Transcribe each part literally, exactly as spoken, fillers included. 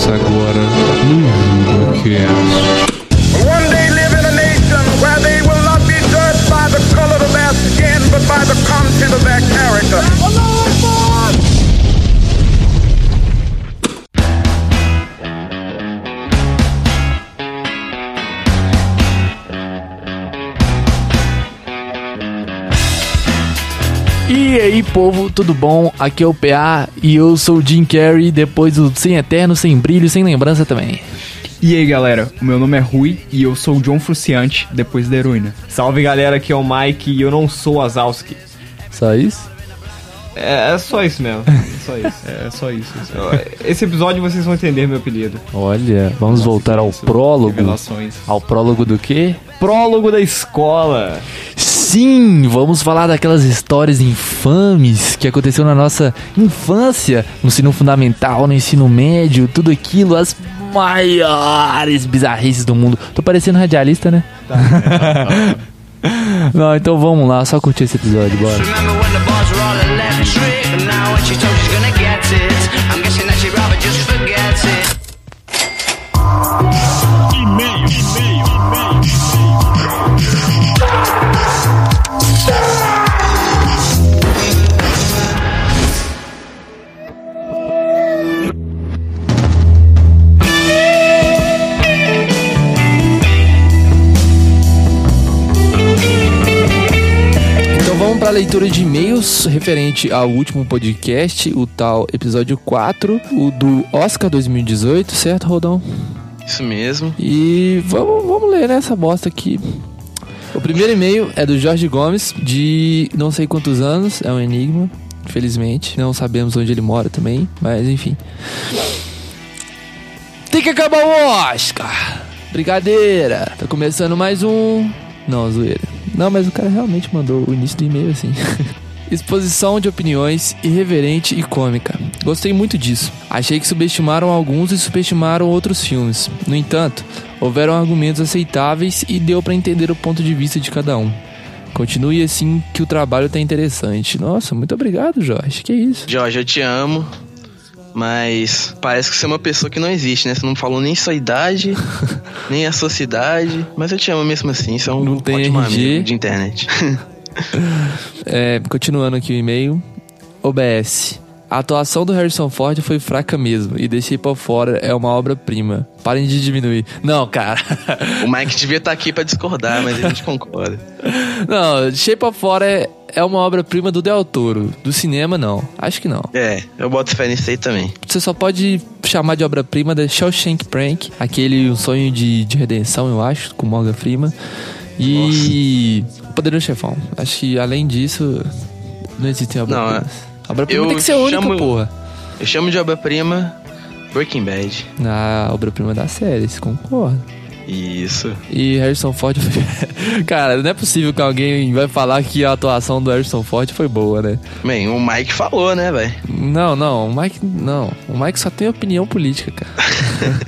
Começa agora no JubaCast. One day live in a nation where they will not be judged by the color of their skin, but by the content of their character. E aí, povo, tudo bom? Aqui é o P A e eu sou o Jim Carrey, depois do Sem Eterno, Sem Brilho, Sem Lembrança também. E aí, galera, o meu nome é Rui e eu sou o John Fruciante, depois da heroína. Salve, galera, aqui é o Mike e eu não sou o Wazowski. Só isso? É, é só isso mesmo, é só isso. É só isso. isso. Esse episódio vocês vão entender meu apelido. Olha, vamos Nossa, voltar ao isso, prólogo. Revelações. Ao prólogo do quê? Prólogo da escola. Sim, vamos falar daquelas histórias infames que aconteceu na nossa infância, no ensino fundamental, no ensino médio, tudo aquilo, as maiores bizarrices do mundo. Tô parecendo radialista, né? Tá, é, tá, tá. Não, então vamos lá, só curtir esse episódio, bora. Remember when the bars were all electric, but now when she told she's gonna get it, I'm guessing that she'd rather just forget it. E-mail, e-mail, e-mail. Vamos para a leitura de e-mails referente ao último podcast, o tal episódio quatro, o do Oscar dois mil e dezoito, certo, Rodão? Isso mesmo. E vamos, vamos ler, né, essa bosta aqui. O primeiro e-mail é do Jorge Gomes, de não sei quantos anos, é um enigma, infelizmente. Não sabemos onde ele mora também, mas enfim. Tem que acabar o Oscar! Brincadeira! Tá começando mais um... Não, zoeira. Não, mas o cara realmente mandou o início do e-mail assim. Exposição de opiniões irreverente e cômica. Gostei muito disso. Achei que subestimaram alguns e superestimaram outros filmes. No entanto, houveram argumentos aceitáveis e deu pra entender o ponto de vista de cada um. Continue assim que o trabalho tá interessante. Nossa, muito obrigado, Jorge. Que isso? Jorge, eu te amo, mas parece que você é uma pessoa que não existe, né? Você não falou nem sua idade, nem a sua cidade, mas eu te amo mesmo assim. Você é um Não tem ótimo R G. amigo de internet. É, continuando aqui o e-mail. O B S. A atuação do Harrison Ford foi fraca mesmo e deixei pra fora, é uma obra-prima. Parem de diminuir. Não, cara. O Mike devia estar aqui pra discordar, mas a gente concorda. Não, deixei pra fora é, é uma obra-prima do Del Toro. Do cinema, não. Acho que não. É, eu boto fé nisso aí também. Você só pode chamar de obra-prima da Shawshank Prank, aquele Um Sonho de, de Redenção, eu acho, com Morgan Freeman. E O Poderoso Chefão. Acho que além disso, não existem obra-primas. Não, é... Obra-prima Eu tem que ser única, chamo- porra. Eu chamo de obra-prima Breaking Bad. Na obra-prima da série, você concorda? Isso. E Harrison Ford foi... Cara, não é possível que alguém vai falar que a atuação do Harrison Ford foi boa, né? Bem, o Mike falou, né, velho? Não, não, o Mike... Não, o Mike só tem opinião política, cara.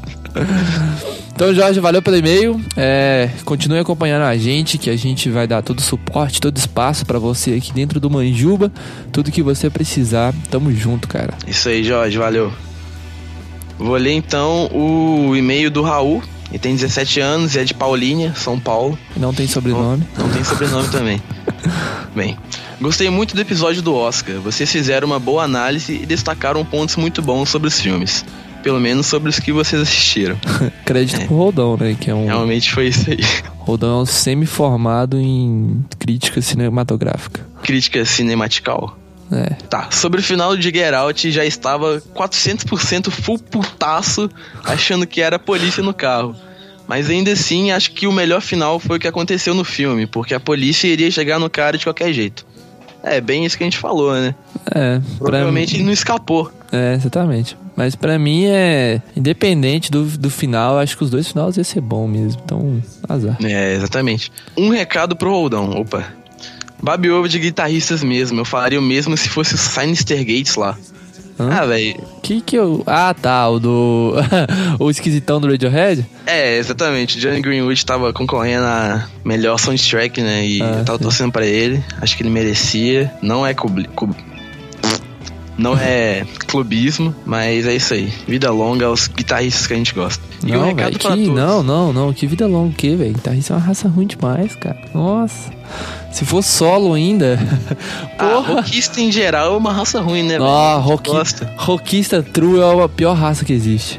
Então, Jorge, valeu pelo e-mail. É, continue acompanhando a gente, que a gente vai dar todo o suporte, todo o espaço pra você aqui dentro do Manjuba. Tudo que você precisar, tamo junto, cara. Isso aí, Jorge, valeu. Vou ler então o e-mail do Raul. Ele tem dezessete anos e é de Paulínia, São Paulo. Não tem sobrenome. Não, não tem sobrenome também. Bem, gostei muito do episódio do Oscar. Vocês fizeram uma boa análise e destacaram pontos muito bons sobre os filmes. Pelo menos sobre os que vocês assistiram. Crédito É. pro Rodão, né? Que é um... Realmente foi isso aí. Rodão é um semi-formado em crítica cinematográfica. Crítica cinematical. É. Tá, sobre o final de Get Out, já estava quatrocentos por cento full putaço, achando que era a polícia no carro. Mas ainda assim, acho que o melhor final foi o que aconteceu no filme, porque a polícia iria chegar no cara de qualquer jeito. É, bem isso que a gente falou, né? É. Provavelmente pra... ele não escapou. É, exatamente. Mas pra mim é... Independente do, do final, acho que os dois finais iam ser bom mesmo. Então, azar. É, exatamente. Um recado pro Roldão, opa. Babi ovo de guitarristas mesmo. Eu faria o mesmo se fosse o Sinister Gates lá. Hã? Ah, velho. Que que eu... Ah, tá, o do... o esquisitão do Radiohead? É, exatamente. Johnny Greenwood tava concorrendo a melhor soundtrack, né? E Ah, eu tava sim. torcendo pra ele. Acho que ele merecia. Não é Kubrick. Kub... Não é clubismo, mas é isso aí. Vida longa aos guitarristas que a gente gosta. E um Não, recado velho, pra que... todos. Não, não, não. Que vida longa o quê, velho? Guitarrista é uma raça ruim demais, cara. Nossa. Se for solo ainda... Ah, Porra. rockista em geral é uma raça ruim, né, velho? Ah, A gente rock... gosta. rockista true é a pior raça que existe.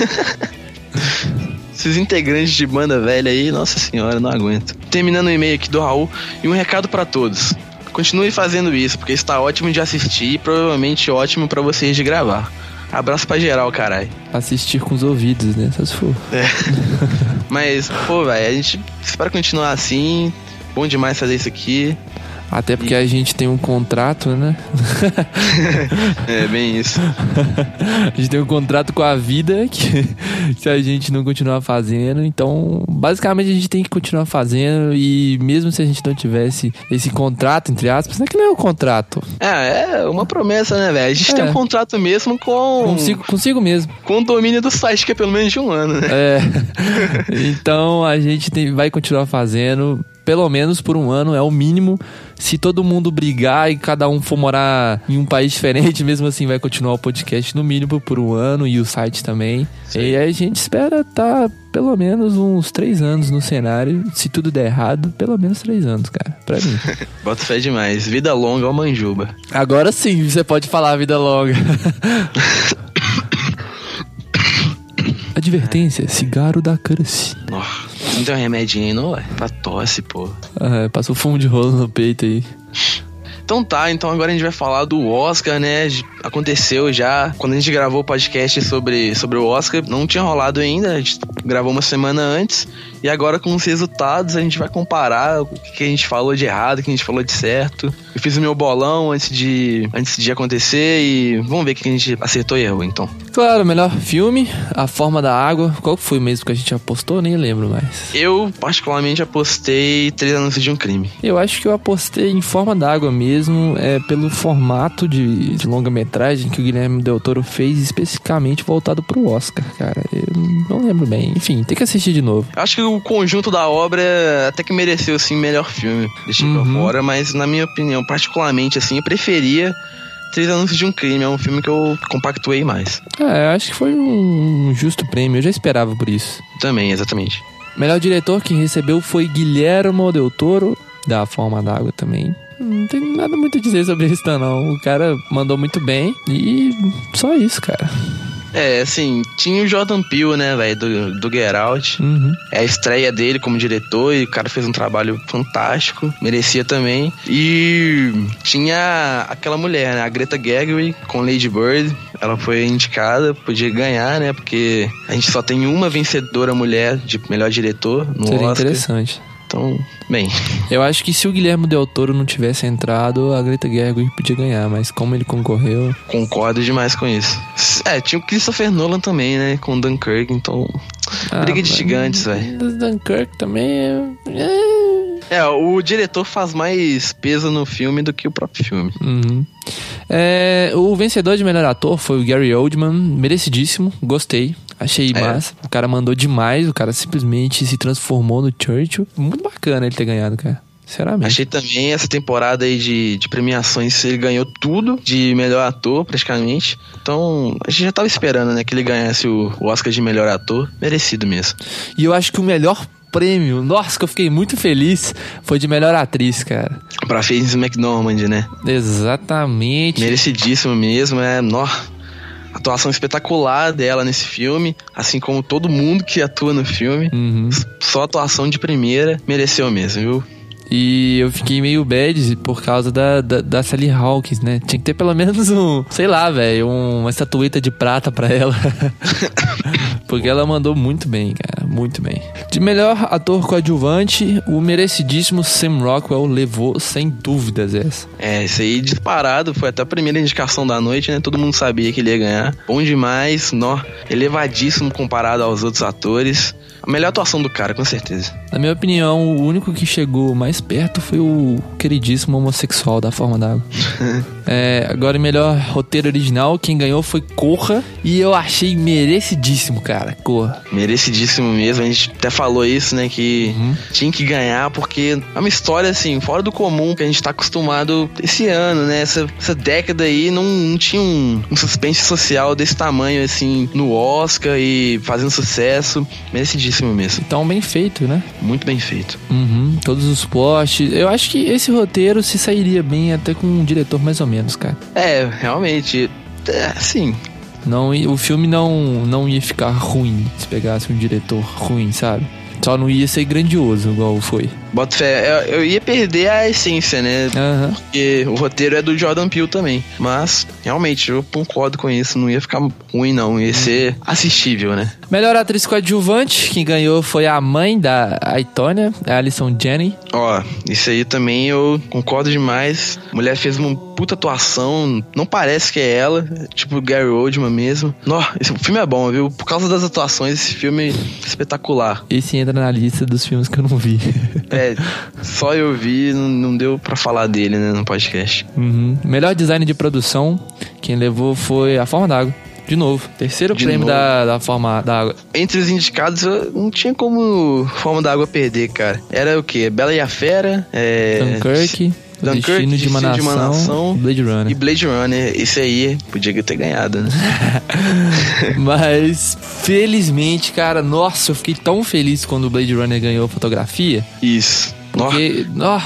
Esses integrantes de banda velha aí, nossa senhora, não aguento. Terminando o e-mail aqui do Raul, e um recado pra todos. Continue fazendo isso, porque está ótimo de assistir e provavelmente ótimo pra vocês de gravar. Abraço pra geral, caralho. Assistir com os ouvidos, né? Só se for. É. Mas, pô, velho, a gente espera continuar assim. Bom demais fazer isso aqui. Até porque a gente tem um contrato, né? É, bem isso. A gente tem um contrato com a vida que se a gente não continuar fazendo. Então, basicamente, a gente tem que continuar fazendo. E mesmo se a gente não tivesse esse contrato, entre aspas, não é que não é um contrato. É, é uma promessa, né, velho? A gente É. tem um contrato mesmo com, Consigo, consigo mesmo. com o domínio do site, que é pelo menos de um ano, né? É. Então, a gente tem, vai continuar fazendo. Pelo menos por um ano, é o mínimo. Se todo mundo brigar e cada um for morar em um país diferente, mesmo assim vai continuar o podcast no mínimo por um ano e o site também. Sim. E aí a gente espera estar pelo menos uns três anos no cenário. Se tudo der errado, pelo menos três anos, cara. Pra mim. Bota fé demais. Vida longa ao Manjuba. Agora sim, você pode falar a vida longa. Advertência, cigarro da Curse. Nossa, não tem um remedinho aí, não, ué? Pra tosse, pô. Ah, passou fumo de rolo no peito aí. Então tá, então agora a gente vai falar do Oscar, né? Aconteceu já, quando a gente gravou o podcast sobre, sobre o Oscar, não tinha rolado ainda, a gente gravou uma semana antes, e agora com os resultados a gente vai comparar o que a gente falou de errado, o que a gente falou de certo. Eu fiz o meu bolão antes de, antes de acontecer e vamos ver o que a gente acertou e errou, então. Claro, melhor filme, A Forma da Água. Qual foi mesmo que a gente apostou? Nem lembro mais. Eu, particularmente, apostei Três Anúncios de um Crime. Eu acho que eu apostei em Forma d'Água mesmo, é, pelo formato de, de longa-metragem que o Guilherme Del Toro fez, especificamente voltado pro Oscar, cara. Eu não lembro bem. Enfim, tem que assistir de novo. Acho que o conjunto da obra até que mereceu, assim, melhor filme. Deixei pra Uhum. fora, mas na minha opinião, particularmente, assim, eu preferia Três Anúncios de um Crime. É um filme que eu compactuei mais. É, acho que foi um justo prêmio, eu já esperava por isso. Também, exatamente. Melhor diretor quem recebeu foi Guilherme Del Toro, da Forma d'Água também. Não tem nada muito a dizer sobre isso não. O cara mandou muito bem e só isso, cara. É, assim, tinha o Jordan Peele, né, velho, do, do Get Out. Uhum. É a estreia dele como diretor e o cara fez um trabalho fantástico, merecia também. E tinha aquela mulher, né, a Greta Gerwig com Lady Bird. Ela foi indicada, podia ganhar, né, porque a gente só tem uma vencedora mulher de melhor diretor no Seria Oscar. interessante. Então, bem, Eu acho que se o Guilherme Del Toro não tivesse entrado, a Greta Gerwig podia ganhar, mas como ele concorreu... concordo demais com isso. É, tinha o Christopher Nolan também, né, com Dunkirk, então... briga de mas gigantes, velho. Dunkirk também é... É, o diretor faz mais peso no filme do que o próprio filme. Uhum. É, o vencedor de melhor ator foi o Gary Oldman, merecidíssimo, gostei, achei É. massa. O cara mandou demais, o cara simplesmente se transformou no Churchill. Muito bacana ele ter ganhado, cara. Sinceramente. Achei também essa temporada aí de, de premiações, ele ganhou tudo de melhor ator, praticamente. Então, a gente já tava esperando, né, que ele ganhasse o, o Oscar de melhor ator. Merecido mesmo. E eu acho que o melhor prêmio, nossa, que eu fiquei muito feliz, foi de melhor atriz, cara. Pra Frances McDormand, né? Exatamente. Merecidíssimo mesmo, é... Nó, atuação espetacular dela nesse filme, assim como todo mundo que atua no filme. Uhum. Só atuação de primeira, mereceu mesmo, viu? E eu fiquei meio bad por causa da, da, da Sally Hawkins, né? Tinha que ter pelo menos um, sei lá, velho, um, uma estatueta de prata pra ela. Porque ela mandou muito bem, cara, muito bem. De melhor ator coadjuvante, o merecidíssimo Sam Rockwell levou sem dúvidas essa. É, isso aí disparado, foi até a primeira indicação da noite, né? Todo mundo sabia que ele ia ganhar. Bom demais, nó, elevadíssimo comparado aos outros atores. A melhor atuação do cara, com certeza. Na minha opinião, o único que chegou mais perto foi o queridíssimo homossexual da Forma d'Água. É, agora, melhor roteiro original, quem ganhou foi Corra. E eu achei merecidíssimo, cara, Corra. Merecidíssimo mesmo, a gente até falou isso, né, que uhum. tinha que ganhar, porque é uma história, assim, fora do comum, que a gente tá acostumado esse ano, né, essa, essa década aí, não, não tinha um, um suspense social desse tamanho, assim, no Oscar e fazendo sucesso. Merecidíssimo mesmo. Então, bem feito, né? Muito bem feito. Uhum, todos os plots. Eu acho que esse roteiro se sairia bem até com um diretor mais ou menos, cara. É, realmente, é, assim... Não, o filme não, não ia ficar ruim se pegasse um diretor ruim, sabe? Só não ia ser grandioso igual foi. Bota fé, eu, eu ia perder a essência, né? Uhum. Porque o roteiro é do Jordan Peele também. Mas, realmente, eu concordo com isso. Não ia ficar ruim, não. Ia ser assistível, né? Melhor atriz coadjuvante, quem ganhou foi a mãe da Aitonia, a Alison Janney. Ó, isso aí também eu concordo demais. A mulher fez uma puta atuação. Não parece que é ela. Tipo Gary Oldman mesmo. Nó, esse filme é bom, viu? Por causa das atuações, esse filme é espetacular. Esse entra na lista dos filmes que eu não vi. É, só eu vi, não, não deu pra falar dele, né, no podcast. Uhum. Melhor design de produção, quem levou foi A Forma d'Água. De novo, terceiro de prêmio novo. Da, da Forma d'Água. Entre os indicados, eu não tinha como Forma d'Água perder, cara. Era o quê? Bela e a Fera, é... Dunkirk... Dunkirk, Destino de uma, Destino de uma Nação, Nação, Blade Runner. E Blade Runner, esse aí podia ter ganhado, né? Mas, felizmente, cara, nossa, eu fiquei tão feliz quando o Blade Runner ganhou fotografia. Isso. Porque, ó,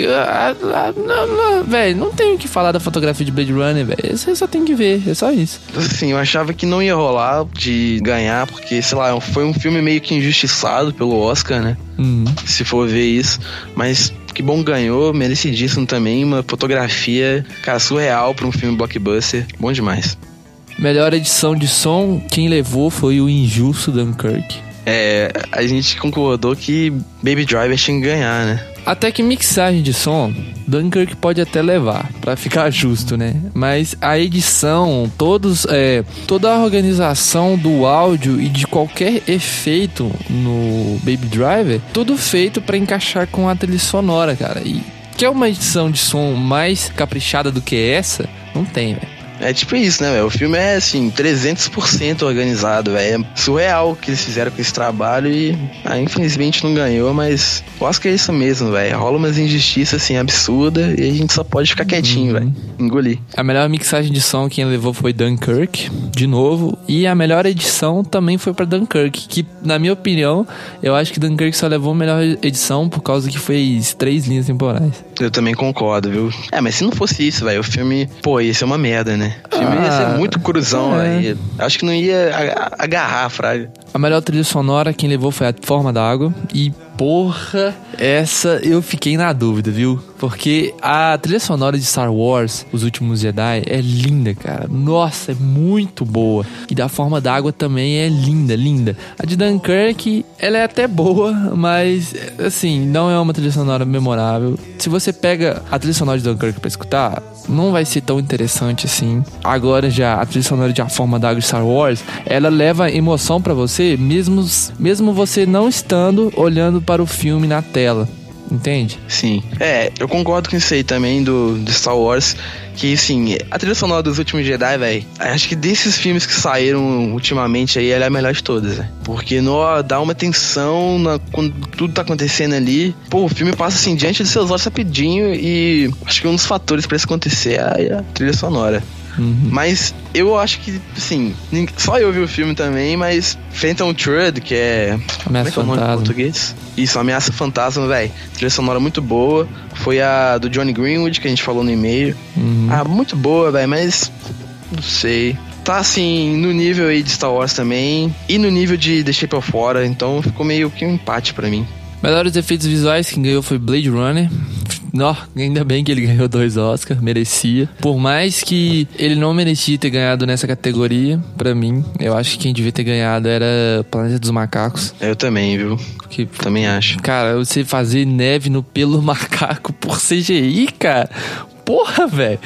velho, não tenho o que falar da fotografia de Blade Runner, velho. Você só tem que ver, é só isso. Assim, eu achava que não ia rolar de ganhar, porque, sei lá, foi um filme meio que injustiçado pelo Oscar, né? Uhum. Se for ver isso. Mas que bom ganhou, merecidíssimo também. Uma fotografia, cara, surreal pra um filme blockbuster. Bom demais. Melhor edição de som, quem levou foi o injusto Dunkirk. É, a gente concordou que Baby Driver tinha que ganhar, né? Até que mixagem de som, Dunkirk pode até levar, pra ficar justo, né? Mas a edição, todos, é, toda a organização do áudio e de qualquer efeito no Baby Driver, tudo feito pra encaixar com a trilha sonora, cara. E quer uma edição de som mais caprichada do que essa? Não tem, velho. É tipo isso, né, velho? O filme é, assim, trezentos por cento organizado, velho. É surreal o que eles fizeram com esse trabalho e, ah, infelizmente não ganhou, mas eu acho que é isso mesmo, velho. Rola umas injustiças, assim, absurdas e a gente só pode ficar quietinho, uhum. velho. Engolir. A melhor mixagem de som quem levou foi Dunkirk, de novo. E a melhor edição também foi pra Dunkirk, que, na minha opinião, eu acho que Dunkirk só levou a melhor edição por causa que fez três linhas temporais. Eu também concordo, viu? É, mas se não fosse isso, velho, o filme, pô, ia ser uma merda, né? O filme ah, ia ser muito cruzão, é. velho. Acho que não ia agarrar a fraga. A melhor trilha sonora quem levou foi A Forma d'Água. E, porra, essa eu fiquei na dúvida, viu? Porque a trilha sonora de Star Wars, Os Últimos Jedi, é linda, cara. Nossa, é muito boa. E da Forma d'Água também é linda, linda. A de Dunkirk, ela é até boa, mas, assim, não é uma trilha sonora memorável. Se você pega a trilha sonora de Dunkirk pra escutar, não vai ser tão interessante assim. Agora já, a trilha sonora de A Forma d'Água de Star Wars, ela leva emoção pra você, mesmo, mesmo você não estando olhando para o filme na tela. Entende? Sim. É, eu concordo com isso aí também do, do Star Wars. Que, assim, a trilha sonora dos Últimos Jedi, velho, acho que desses filmes que saíram ultimamente aí, ela é a melhor de todas, velho. Porque no, dá uma tensão na, quando tudo tá acontecendo ali. Pô, o filme passa, assim, diante dos seus olhos rapidinho. E acho que um dos fatores pra isso acontecer é a trilha sonora. Uhum. Mas eu acho que, assim, só eu vi o filme também, mas Phantom Thread, que é... Ameaça Como é que é o nome em português? Isso, Ameaça Fantasma, velho. Trilha sonora muito boa. Foi a do Johnny Greenwood, que a gente falou no e-mail. Uhum. Ah, muito boa, velho, mas... Não sei. Tá, assim, no nível aí de Star Wars também. E no nível de The Shape of Water. Então ficou meio que um empate pra mim. Melhores efeitos visuais, quem ganhou foi Blade Runner. Nó, ainda bem que ele ganhou dois Oscars, merecia. Por mais que ele não merecia ter ganhado nessa categoria, pra mim, eu acho que quem devia ter ganhado era Planeta dos Macacos. Eu também, viu? Porque, também acho. Cara, você fazer neve no pelo macaco por C G I, cara, porra, velho.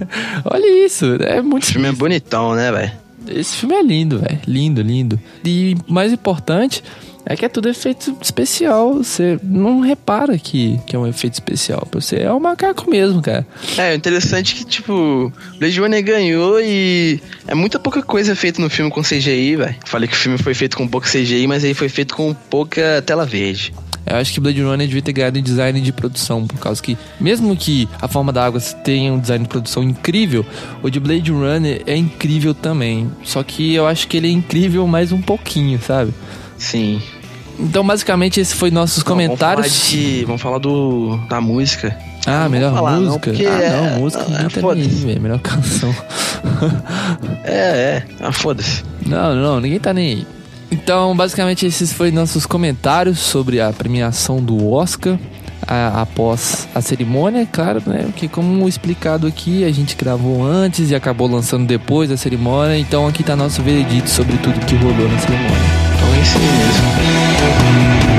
Olha isso, é muito... O filme é bonitão, né, velho? Esse filme é lindo, velho. Lindo, lindo. E mais importante... É que é tudo efeito especial. Você não repara que, que é um efeito especial. Pra você é um macaco mesmo, cara. É, interessante que, tipo, Blade Runner ganhou e é muita pouca coisa feita no filme com C G I, velho. Falei que o filme foi feito com pouco C G I, mas aí foi feito com pouca tela verde. Eu acho que Blade Runner devia ter ganhado em design de produção, por causa que, mesmo que a Forma da Água tenha um design de produção incrível, o de Blade Runner é incrível também. Só que eu acho que ele é incrível mais um pouquinho, sabe? Sim. Então, basicamente, esse foi nossos Não, comentários. Vamos falar, de, vamos falar do, da música. Ah, Não melhor falar, não, música? porque ah, é- não, música é, ninguém tá nem foda-se. aí, velho. Melhor canção. É, é. Ah, foda-se. Não, não, ninguém tá nem aí. Então, basicamente, esses foram nossos comentários sobre a premiação do Oscar a, após a cerimônia, claro, né? Porque, como explicado aqui, a gente gravou antes e acabou lançando depois da cerimônia. Então, aqui tá nosso veredito sobre tudo que rolou na cerimônia. Então é isso aí mesmo.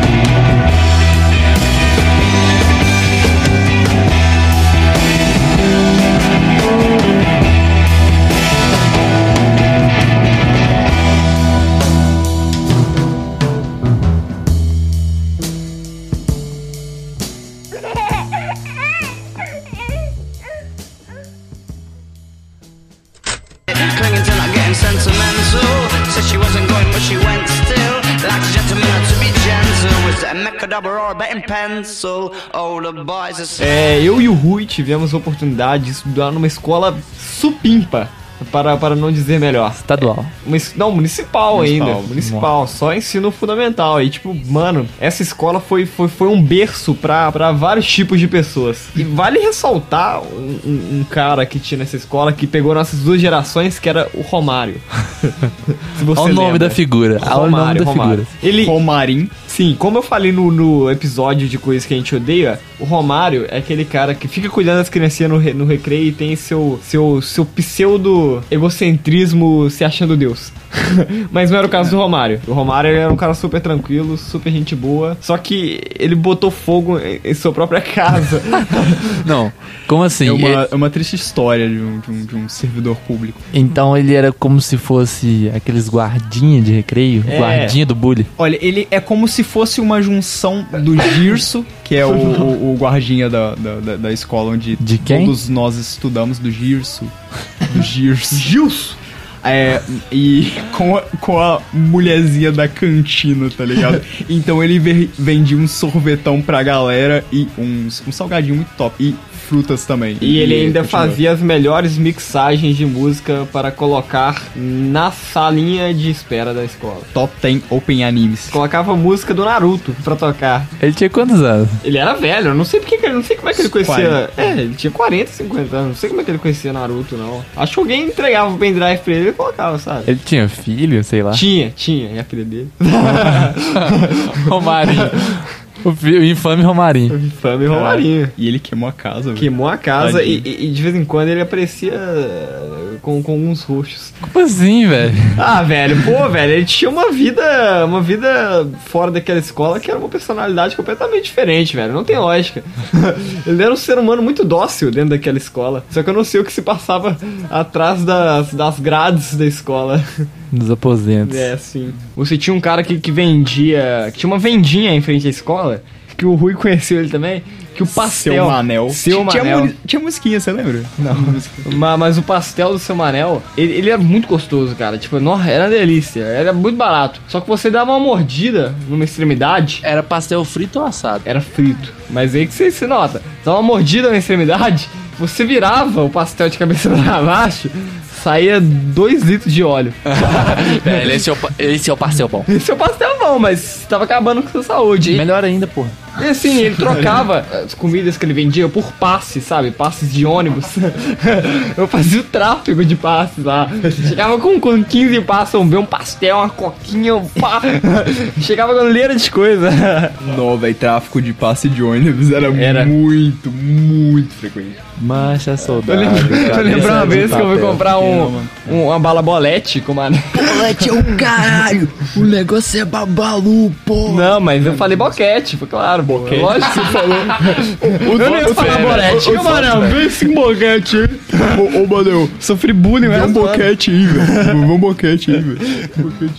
Clinging to not getting sentimental. Said she wasn't going, but she went still. Like a gentleman to be gentle. Was it a mechadabra or a betting pencil? Oh, the boys are É, eu e o Rui tivemos a oportunidade de estudar numa escola supimpa, para, para não dizer melhor. Estadual. Uma es- não, municipal, Municipal, ainda. Municipal, só ensino fundamental. E tipo, mano, essa escola foi, foi, foi um berço pra, pra vários tipos de pessoas. E vale ressaltar um, um- um cara que tinha nessa escola que pegou nossas duas gerações, que era o Romário. Se você Olha o nome lembra. da figura. Olha o nome Romário, da Romário. figura. Ele, Romarim. Sim, como eu falei no, no episódio de coisas que a gente odeia, o Romário é aquele cara que fica cuidando das criancinhas no, re- no recreio e tem seu, seu, seu pseudo egocentrismo se achando Deus. Mas não era o caso do Romário. O Romário ele era um cara super tranquilo, super gente boa, só que ele botou fogo em, em sua própria casa. Não, como assim? É uma, Ele- é uma triste história de um, de um, de um servidor público. Então ele era como se fosse aqueles guardinha de recreio, É. guardinha do bully. Olha, ele é como se fosse uma junção do Girso, que é o, o, o guardinha da, da, da- da escola onde De quem? todos nós estudamos, do Girso. Do Girso. Gilso! É, e com a, com a mulherzinha da cantina, tá ligado? Então ele ve- vendia um sorvetão pra galera e uns, um salgadinho muito top. E frutas também. E ele ainda continua. fazia as melhores mixagens de música para colocar na salinha de espera da escola. Top dez Open Animes. Colocava música do Naruto pra tocar. Ele tinha quantos anos? Ele era velho, eu não sei porque que ele, não sei como é que ele conhecia. quarenta. É, ele tinha quarenta, cinquenta anos, não sei como é que ele conhecia Naruto, não. Acho que alguém entregava o pendrive pra ele e colocava, sabe? Ele tinha filho, sei lá. Tinha, tinha, e a filha dele. Romarinho. O, fi- o infame Romarinho. Infame Romarinho. E ele queimou a casa, velho. Queimou a casa e, Tadinho. e- e de vez em quando ele aparecia eh, com, com uns roxos. Como assim, velho? Ah, velho, pô, velho, ele tinha uma vida, uma vida fora daquela escola que era uma personalidade completamente diferente, velho. Não tem lógica. Ele era um ser humano muito dócil dentro daquela escola. Só que eu não sei o que se passava atrás das, das grades da escola. Dos aposentos. É, sim. Você tinha um cara que, que vendia. Que tinha uma vendinha em frente à escola. Que o Rui conheceu ele também. Que o pastel. Seu Manel. Seu Tinha, Manel. mu- tinha musiquinha, você lembra? Não. Ma- Mas o pastel do seu Manel, ele, ele era muito gostoso, cara. Tipo, não, era uma delícia. Era muito barato. Só que você dava uma mordida numa extremidade, Era pastel frito ou assado? era frito. Mas aí que você se nota. Dá uma mordida na extremidade, você virava o pastel de cabeça pra baixo, saía dois litros de óleo. Velho, esse é, o, pa- esse é o pastel bom. Esse é o pastel bom, mas tava acabando com a sua saúde. Melhor ainda, porra. E assim, ele trocava as comidas que ele vendia por passes, sabe? Passes de ônibus. Eu fazia o tráfego de passes lá. Chegava com, com quinze passes, um, um pastel, uma coquinha, um pá. Chegava com leira de coisa. Não, velho, tráfico de passe de ônibus era, Era. muito, muito frequente. Mancha Eu saudade. lembro, eu lembro uma de vez que eu fui papel. comprar um, um- uma bala bolete com uma... Bolete é o caralho! O negócio é babalu, pô! Não, mas eu falei boquete, foi claro. claro, boquete. Lógico que você falou. O, Eu não ia falar bolete. Ô, Manel, vê esse boquete aí. Ô, ô, Manel, Sofri bullying o vê um resto do ano. boquete aí, velho. Vê um boquete aí, velho.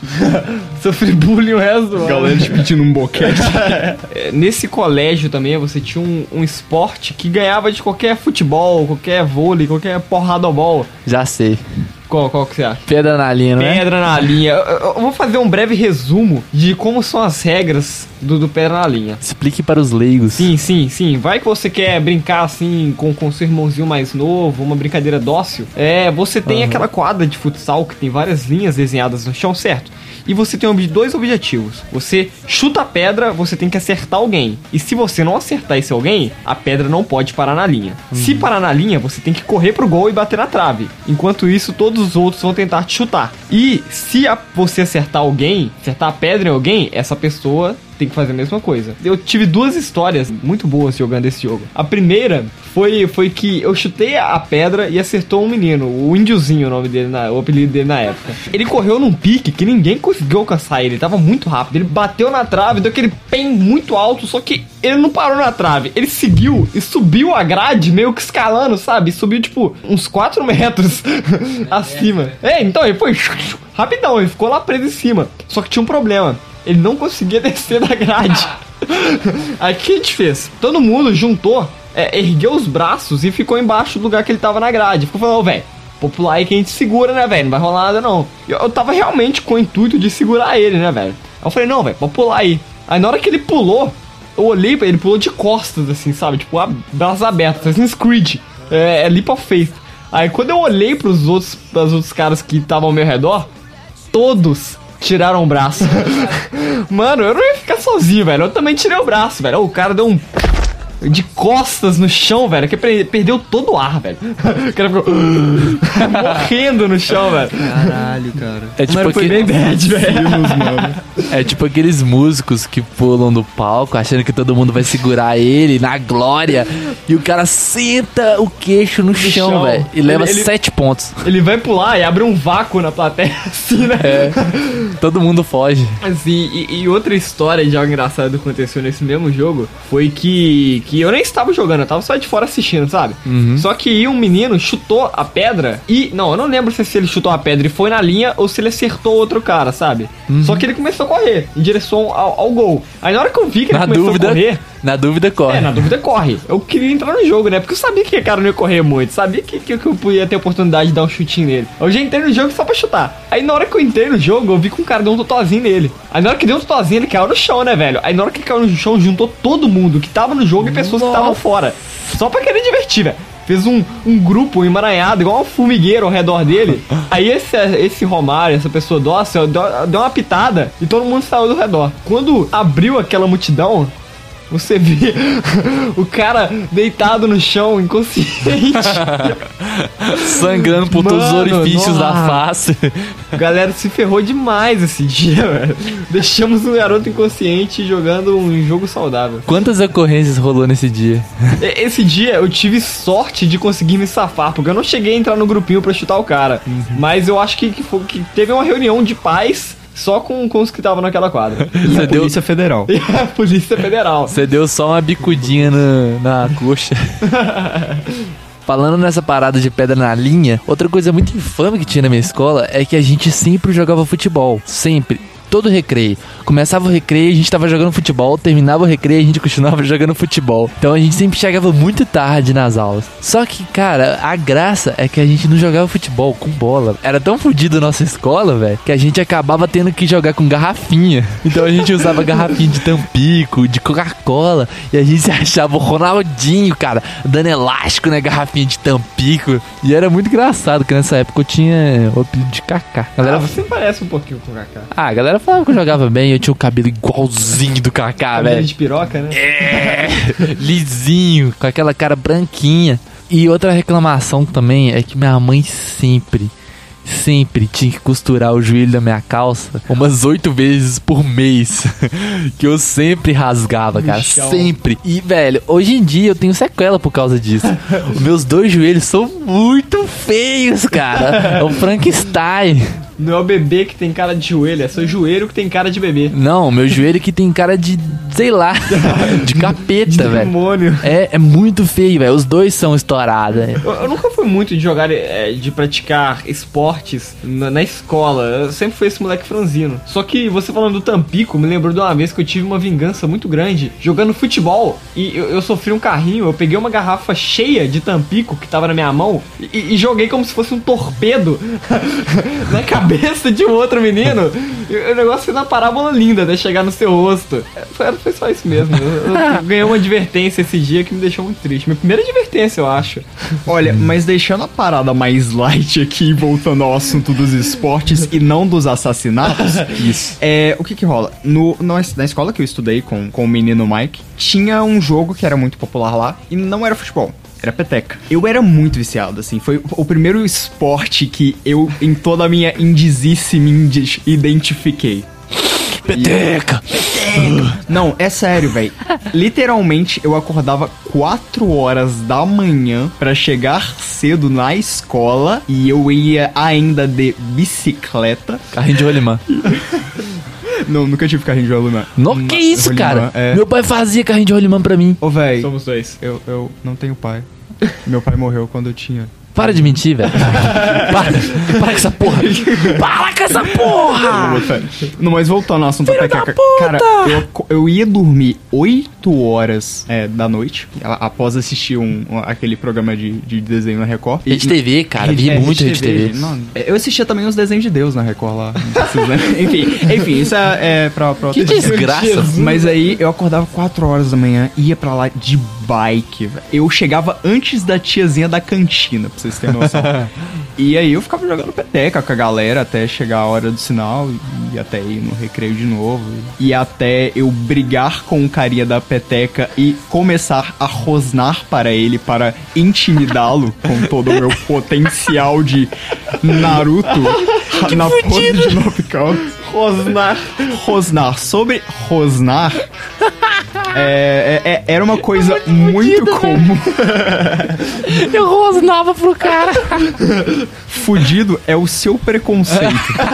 Sofri bullying o resto do ano. Galera te pedindo um boquete. É, Nesse colégio também você tinha um, um esporte que ganhava de qualquer futebol, qualquer vôlei, qualquer porradobol. Já sei. Qual, qual que você acha? Pedra na linha, não é? Pedra na linha. Eu, eu- eu vou fazer um breve resumo de como são as regras do, do pedra na linha. Explique para os leigos. Sim, sim, sim. Vai que você quer brincar assim com, com seu irmãozinho mais novo, uma brincadeira dócil. É, você tem aquela quadra de futsal que tem várias linhas desenhadas no chão, certo? E você tem ob- dois objetivos. Você chuta a pedra, você tem que acertar alguém. E se você não acertar esse alguém, a pedra não pode parar na linha. Se parar na linha, você tem que correr pro gol e bater na trave. Enquanto isso, todos os outros vão tentar te chutar. E se a- você acertar alguém, acertar a pedra em alguém, essa pessoa tem que fazer a mesma coisa. Eu tive duas histórias muito boas jogando esse jogo. A primeira foi, foi que eu chutei a pedra e acertou um menino, o Índiozinho, o nome dele, na, o apelido dele na época. Ele correu num pique que ninguém conseguiu alcançar ele, tava muito rápido. Ele bateu na trave, deu aquele pem muito alto, só que ele não parou na trave. Ele seguiu e subiu a grade, meio que escalando, sabe? Subiu tipo uns quatro metros acima. É, então ele foi rapidão, ele ficou lá preso em cima. Só que tinha um problema. Ele não conseguia descer da grade. Aí o que a gente fez? Todo mundo juntou, é, ergueu os braços e ficou embaixo do lugar que ele tava na grade. Ficou falando, ô, velho, vou pular aí que a gente segura, né, velho? Não vai rolar nada, não. Eu, eu tava realmente com o intuito de segurar ele, né, velho? Aí eu falei, não, velho, vou pular aí. Aí na hora que ele pulou, eu olhei pra ele, ele pulou de costas, assim, sabe? Tipo, a- braços abertos, Assassin's Creed. É, é Leap of Faith. Aí quando eu olhei pros outros, pros outros caras que estavam ao meu redor, todos tiraram o braço. Mano, eu não ia ficar sozinho, velho. Eu também tirei o braço, velho. O cara deu um de costas no chão, velho, que per- perdeu todo o ar, velho. O cara ficou morrendo no chão, velho. Caralho, cara. É tipo, Mano, foi aquele- bem bad, velho. é tipo aqueles músicos que pulam do palco achando que todo mundo vai segurar ele na glória e o cara senta o queixo no, chão, chão. velho, e leva Ele- ele- sete pontos. Ele vai pular e abre um vácuo na plateia, assim, né? É, todo mundo foge. Assim, e, e outra história de algo engraçado que aconteceu nesse mesmo jogo foi que, que eu nem estava jogando, eu tava só de fora assistindo, sabe? Só que um menino chutou a pedra e... Não, eu não lembro se ele chutou a pedra e foi na linha ou se ele acertou outro cara, sabe? Só que ele começou a correr em direção ao, ao gol. Aí na hora que eu vi que ele Na começou dúvida, a correr... na dúvida corre. É, na dúvida corre. Eu queria entrar no jogo, né? Porque eu sabia que o cara não ia correr muito. Sabia que, que, que eu podia ter a oportunidade de dar um chutinho nele. Eu já entrei no jogo só pra chutar. Aí na hora que eu entrei no jogo, eu vi que um cara deu um totozinho nele. Aí na hora que deu um totozinho, ele caiu no chão, né, velho? Aí na hora que caiu no chão, juntou todo mundo que tava no jogo e pessoas que estavam fora. Só pra querer divertir, velho. Fez um, um grupo emaranhado, igual um formigueiro ao redor dele. Aí esse, esse Romário, essa pessoa dócil, deu, deu uma pitada e todo mundo saiu do redor. Quando abriu aquela multidão, você vê o cara deitado no chão, inconsciente. Sangrando por todos os Mano, orifícios da nossa. face. A galera se ferrou demais esse dia, velho. Deixamos um garoto inconsciente jogando um jogo saudável. Quantas ocorrências rolou nesse dia? E- Esse dia eu tive sorte de conseguir me safar, porque eu não cheguei a entrar no grupinho pra chutar o cara. Mas eu acho que, que, foi- que teve uma reunião de pais só com, com os que estavam naquela quadra. Você deu, Polícia Federal. E a Polícia Federal. você deu só uma bicudinha no- na coxa. Falando nessa parada de pedra na linha, outra coisa muito infame que tinha na minha escola é que a gente sempre jogava futebol. Sempre. Todo recreio. Começava o recreio, a gente tava jogando futebol, terminava o recreio, a gente continuava jogando futebol. Então a gente sempre chegava muito tarde nas aulas. Só que, cara, a graça é que a gente não jogava futebol com bola. Era tão fodido a nossa escola, velho, que a gente acabava tendo que jogar com garrafinha. Então a gente usava garrafinha de Tampico, de Coca-Cola, e a gente se achava o Ronaldinho, cara, dando elástico na garrafinha de Tampico. E era muito engraçado, que nessa época eu tinha o apelido de Kaká. A Ah, galera você parece um pouquinho com o Kaká. ah, a galera falava que eu jogava bem, eu tinha o cabelo igualzinho do Kaká, Cabelo velho. de piroca, né? É, lisinho, com aquela cara branquinha. E outra reclamação também é que minha mãe sempre, sempre tinha que costurar o joelho da minha calça umas oito vezes por mês. Que eu sempre rasgava, cara, Bichão. sempre. E, velho, hoje em dia eu tenho sequela por causa disso. Os meus dois joelhos são muito feios, cara. É um Frankenstein. Não é o bebê que tem cara de joelho, é seu joelho que tem cara de bebê. Não, meu joelho que tem cara de, sei lá, de capeta, De velho. demônio. É, é muito feio, velho. Os dois são estourados. velho. Eu, eu nunca fui muito de jogar, é, de praticar esportes na, na escola. Eu sempre fui esse moleque franzino. Só que você falando do Tampico, me lembrou de uma vez que eu tive uma vingança muito grande jogando futebol. E eu, eu sofri um carrinho, eu peguei uma garrafa cheia de Tampico que tava na minha mão e, e joguei como se fosse um torpedo na cabeça de um outro menino. E o negócio foi uma parábola linda até chegar no seu rosto. Foi, foi só isso mesmo. Eu, eu ganhei uma advertência esse dia que me deixou muito triste. Minha primeira advertência, eu acho. Olha, mas deixando a parada mais light aqui, voltando ao assunto dos esportes e não dos assassinatos. Isso. É, o que que rola? No, no, na escola que eu estudei com, com o menino Mike, tinha um jogo que era muito popular lá e não era futebol. Era peteca. Eu era muito viciado, assim. Foi o primeiro esporte que eu, em toda a minha indizíssima, indi- identifiquei. Peteca! Não, é sério, velho. Literalmente, eu acordava quatro horas da manhã pra chegar cedo na escola e eu ia ainda de bicicleta. Carrinho de rolimã. Não, nunca tive carrinho de rolimã. No, que isso, rolimã, cara? é. Meu pai fazia carrinho de rolimã pra mim. Ô, velho, Somos dois. eu, eu não tenho pai. Meu pai morreu quando eu tinha... Para de mentir, velho. Para, para com essa porra. Para com essa porra! Não, mas voltando ao assunto da peteca. Cara, eu, eu ia dormir oito horas é, da noite, a- após assistir um, um- aquele programa de, de desenho na Record. Rede T V, cara. Vi É, muito Rede T V. Não, eu assistia também os desenhos de Deus na Record lá. Não precisa, né? enfim, enfim, isso é, é pra, pra Que outra desgraça. Mas aí eu acordava quatro horas da manhã e ia pra lá de bike, velho. Eu chegava antes da tiazinha da cantina, pra vocês terem noção. E aí eu ficava jogando peteca com a galera até chegar a hora do sinal e, e até ir no recreio de novo. E até eu brigar com o carinha da peteca e começar a rosnar para ele para intimidá-lo com todo o meu potencial de Naruto na pose de nove calças. Rosnar. Rosnar. Sobre rosnar, é, é- é- era uma coisa muito comum. Eu rosnava pro cara. Fudido é o seu preconceito.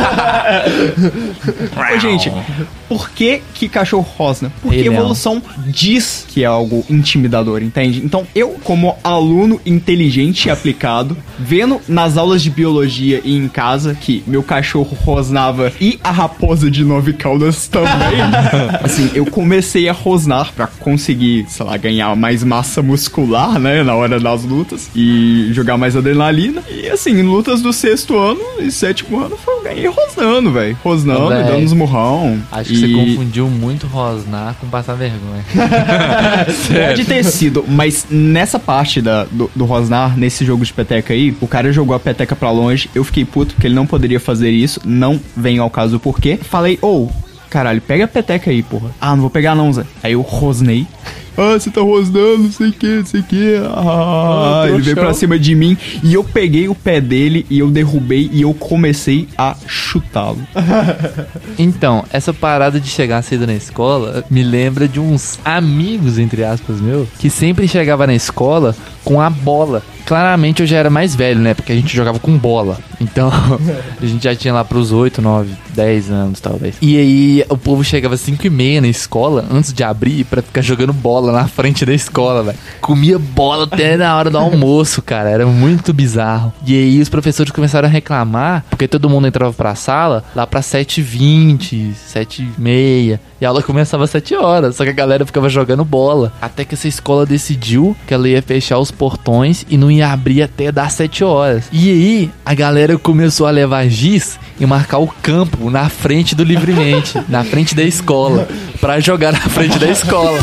Ô, gente, por que que cachorro rosna? Porque Rei a Leão. evolução diz que é algo intimidador, entende? Então, eu, como aluno inteligente e aplicado, vendo nas aulas de biologia e em casa que meu cachorro rosnava e a raposa de nove caudas também, assim, eu comecei a rosnar pra conseguir, sei lá, ganhar mais massa muscular, né, na hora das lutas e jogar mais adrenalina. E, assim, em lutas do sexto ano e sétimo ano, eu ganhei rosnando, velho. Rosnando, Ô, véi, dando uns murrão. Acho E- que você confundiu muito rosnar com passar vergonha. Pode ter sido, mas nessa parte da, do, do Rosnar, nesse jogo de peteca aí, o cara jogou a peteca pra longe, eu fiquei puto porque ele não poderia fazer isso, não vem ao caso o porquê. Falei, ô, caralho, pega a peteca aí, porra. Ah, não vou pegar não, Zé. Aí eu rosnei. Ah, você tá rosnando, não sei o que, não sei o que. Ah, ele veio pra cima de mim e eu peguei o pé dele e eu derrubei e eu comecei a chutá-lo. Então, essa parada de chegar cedo na escola me lembra de uns amigos, entre aspas, meu, que sempre chegava na escola com a bola. Claramente eu já era mais velho, né? Porque a gente jogava com bola. Então, a gente já tinha lá pros oito, nove, dez anos, talvez. E aí, o povo chegava às cinco e meia na escola, antes de abrir, pra ficar jogando bola na frente da escola, velho. Comia bola até na hora do almoço, cara. Era muito bizarro. E aí, os professores começaram a reclamar, porque todo mundo entrava pra sala lá pra sete e vinte, sete e meia. E a aula começava às sete horas, só que a galera ficava jogando bola. Até que essa escola decidiu que ela ia fechar os portões e não ia abrir até dar sete horas. E aí, a galera começou a levar giz e marcar o campo na frente do Livremente, na frente da escola, pra jogar na frente da escola.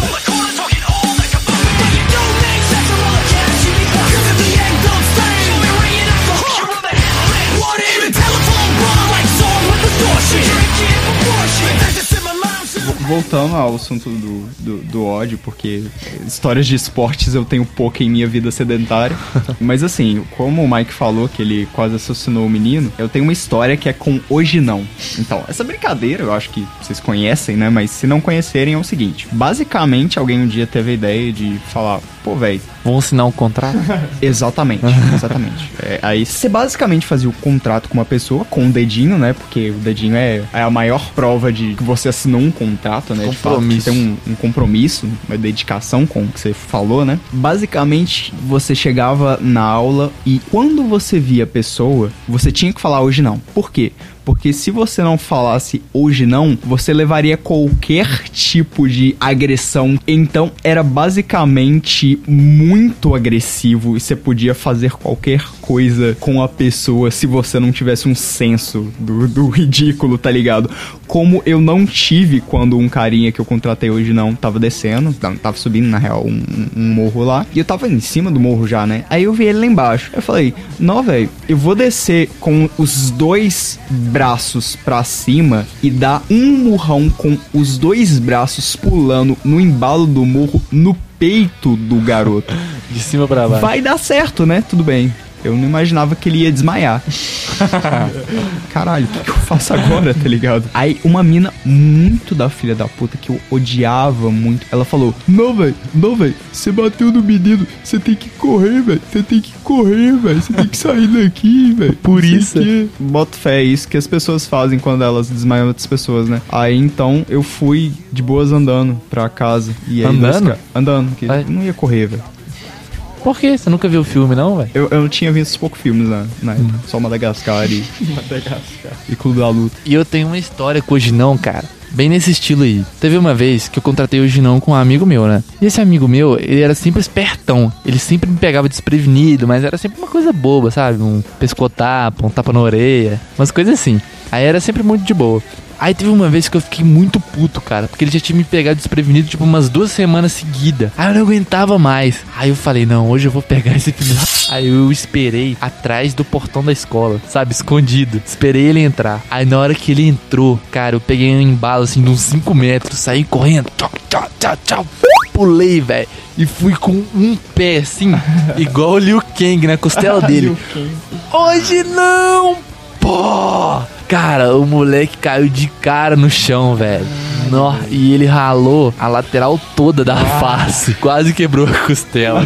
Voltando ao assunto do, do, do ódio, porque histórias de esportes eu tenho pouca em minha vida sedentária. Mas assim, como o Mike falou que ele quase assassinou o menino, eu tenho uma história que é com Hoje Não. Então, essa brincadeira eu acho que vocês conhecem, né? Mas se não conhecerem é o seguinte. Basicamente, alguém um dia teve a ideia de falar, pô, velho, Vão assinar um contrato? Exatamente, exatamente. É, aí você basicamente fazia o contrato com uma pessoa, com o dedinho, né? Porque o dedinho é, é a maior prova de que você assinou um contrato, né? Compromisso. De fato, tem um, um compromisso, uma dedicação com o que você falou, né? Basicamente, você chegava na aula e quando você via a pessoa, você tinha que falar hoje não. Por quê? Porque se você não falasse hoje não, você levaria qualquer tipo de agressão. Então era basicamente muito agressivo e você podia fazer qualquer coisa com a pessoa se você não tivesse um senso do, do ridículo, tá ligado? Como eu não tive quando um carinha que eu contratei hoje não tava descendo, tava subindo na real um, um morro lá, e eu tava em cima do morro já, né? Aí eu vi ele lá embaixo. Eu falei, não, velho, eu vou descer com os dois braços pra cima e dar um murrão com os dois braços pulando no embalo do morro no peito do garoto. De cima pra baixo. Vai dar certo, né? Tudo bem. Eu não imaginava que ele ia desmaiar. Caralho, o que, que eu faço agora, tá ligado? Aí uma mina muito da filha da puta, que eu odiava muito, ela falou, não, velho, não, velho, você bateu no menino, você tem que correr, velho, você tem que correr, velho, você tem que sair daqui, velho. Por isso. Boto fé, é isso que as pessoas fazem quando elas desmaiam outras pessoas, né? Aí então eu fui de boas andando pra casa. E aí, Andando? Dois, andando, que Ai. não ia correr, velho. Por quê? Você nunca viu o filme, não, velho? Eu, eu tinha visto poucos filmes na, na época. Só Madagascar e... Madagascar. E Clube da Luta. E eu tenho uma história com o Ginão, cara. Bem nesse estilo aí. Teve uma vez que eu contratei o Ginão com um amigo meu, né? E esse amigo meu, ele era sempre espertão. Ele sempre me pegava desprevenido, mas era sempre uma coisa boba, sabe? Um pescotapo, um tapa na orelha, umas coisas assim. Aí era sempre muito de boa. Aí teve uma vez que eu fiquei muito puto, cara, porque ele já tinha me pegado desprevenido, tipo, umas duas semanas seguidas. Aí eu não aguentava mais. Aí eu falei, não, hoje eu vou pegar esse filho. Aí eu esperei atrás do portão da escola, sabe, escondido. Esperei ele entrar. Aí na hora que ele entrou, cara, eu peguei um embalo, assim, de uns cinco metros, saí correndo. Tchau, tchau, tchau, tchau. Pulei, velho. E fui com um pé, assim, igual o Liu Kang na costela dele. Hoje não, pô! Cara, o moleque caiu de cara no chão, velho. Nó, e ele ralou a lateral toda da face. Quase quebrou a costela.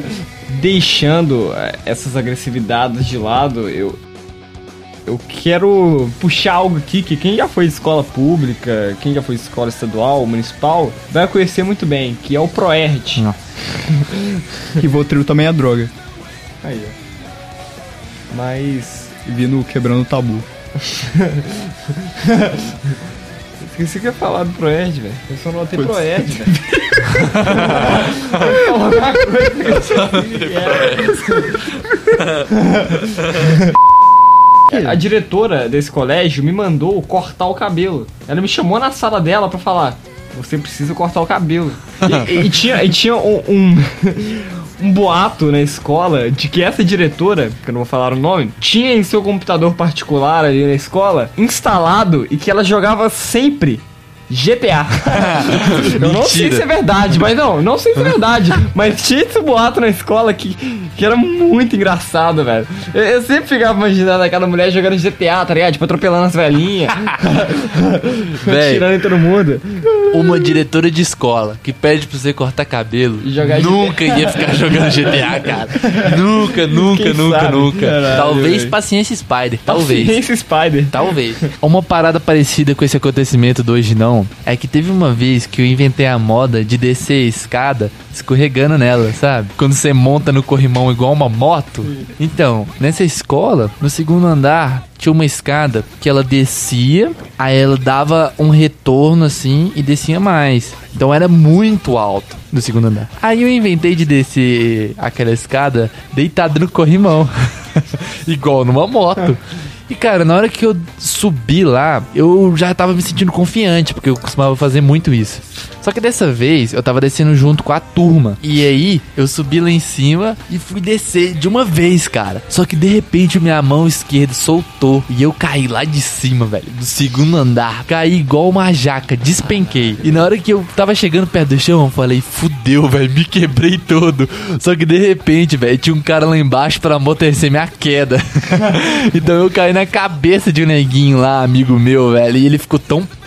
Deixando essas agressividades de lado, eu... Eu quero puxar algo aqui que quem já foi de escola pública, quem já foi de escola estadual, municipal, vai conhecer muito bem, que é o Proerd. Rivotril também é droga. Aí, ó. Mas... Vindo quebrando o tabu. Esqueci que ia falar do Proerd, velho. Eu só não notei Proerd, velho. Colocar coisa. A diretora desse colégio me mandou cortar o cabelo. Ela me chamou na sala dela pra falar: você precisa cortar o cabelo. E, e tinha, e tinha um, um, um boato na escola de que essa diretora, que eu não vou falar o nome, tinha em seu computador particular ali na escola instalado e que ela jogava sempre G T A. Eu não sei se é verdade, mas não, não sei se é verdade. Mas tinha esse boato na escola que, que era muito engraçado, velho. Eu, eu sempre ficava imaginando aquela mulher jogando G T A, tá ligado? Tipo, atropelando as velhinhas. Atirando em todo mundo. Uma diretora de escola que pede pra você cortar cabelo E jogar nunca ia ficar jogando G T A, cara. Nunca, nunca, Quem nunca, sabe? nunca. Caralho, Talvez velho. Paciência Spider, talvez. Paciência Spider. Talvez. Uma parada parecida com esse acontecimento do hoje não é que teve uma vez que eu inventei a moda de descer a escada escorregando nela, sabe? Quando você monta no corrimão igual uma moto. Então, nessa escola, no segundo andar, tinha uma escada que ela descia, aí ela dava um retorno assim e descia mais. Então era muito alto no segundo andar. Aí eu inventei de descer aquela escada deitado no corrimão. Igual numa moto. E cara, na hora que eu subi lá, eu já tava me sentindo confiante, porque eu costumava fazer muito isso. Só que dessa vez, eu tava descendo junto com a turma. E aí, eu subi lá em cima e fui descer de uma vez, cara. Só que de repente, minha mão esquerda soltou e eu caí lá de cima, velho, do segundo andar. Caí igual uma jaca, despenquei. E na hora que eu tava chegando perto do chão, eu falei, fudeu, velho, me quebrei todo. Só que de repente, velho, tinha um cara lá embaixo pra amortecer minha queda. Então eu caí na cabeça de um neguinho lá, amigo meu, velho. E ele ficou tão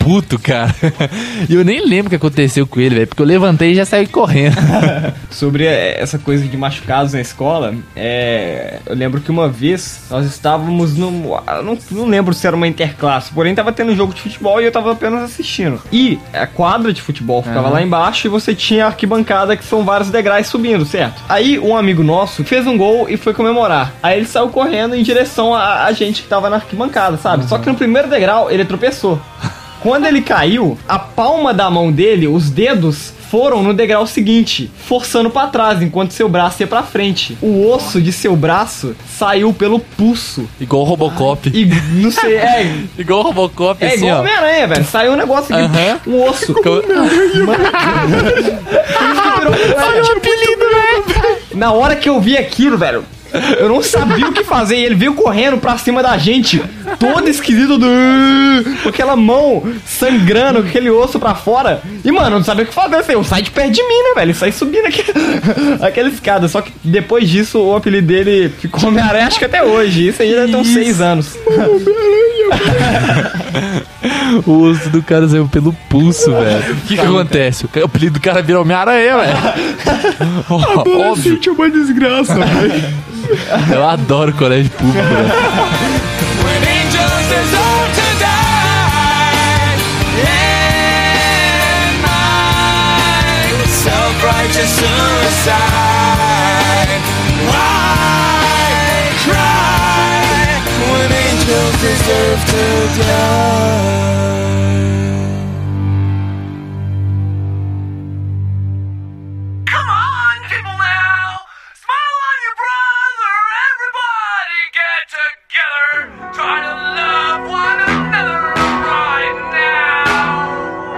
puto, cara. E eu nem lembro o que aconteceu com ele, velho, porque eu levantei e já saí correndo. Sobre essa coisa de machucados na escola, é... eu lembro que uma vez nós estávamos no... Não, não lembro se era uma interclasse, porém tava tendo um jogo de futebol e eu tava apenas assistindo. E a quadra de futebol ficava uhum. lá embaixo e você tinha a arquibancada, que são vários degraus subindo, certo? Aí um amigo nosso fez um gol e foi comemorar. Aí ele saiu correndo em direção a, a gente que tava na arquibancada, sabe? Uhum. Só que no primeiro degrau ele tropeçou. Quando ele caiu, a palma da mão dele, os dedos, foram no degrau seguinte, forçando pra trás, enquanto seu braço ia pra frente. O osso de seu braço saiu pelo pulso. Igual o Robocop. E não sei, é... igual o Robocop, é assim, igual ó. Homem-Aranha, velho. Saiu um negócio aqui, uh-huh. um osso. Olha o apelido, velho. Na hora que eu vi aquilo, velho, eu não sabia o que fazer. E ele veio correndo pra cima da gente, todo esquisito, do... com aquela mão sangrando, com aquele osso pra fora. E, mano, eu não sabia o que fazer. Assim, eu saí de perto de mim, né, velho? Eu saí subindo aqui, aquela escada. Só que depois disso, o apelido dele ficou Homem-Aranha, acho que até hoje. Isso aí já tem uns seis anos. O osso do cara saiu pelo pulso, velho. O que que acontece? O apelido do cara virou Homem-Aranha, velho. Óbvio. É uma desgraça, velho. Eu adoro colégio público, velho. Deserve to die. Come on, people now, smile on your brother. Everybody get together. Try to love one another right now.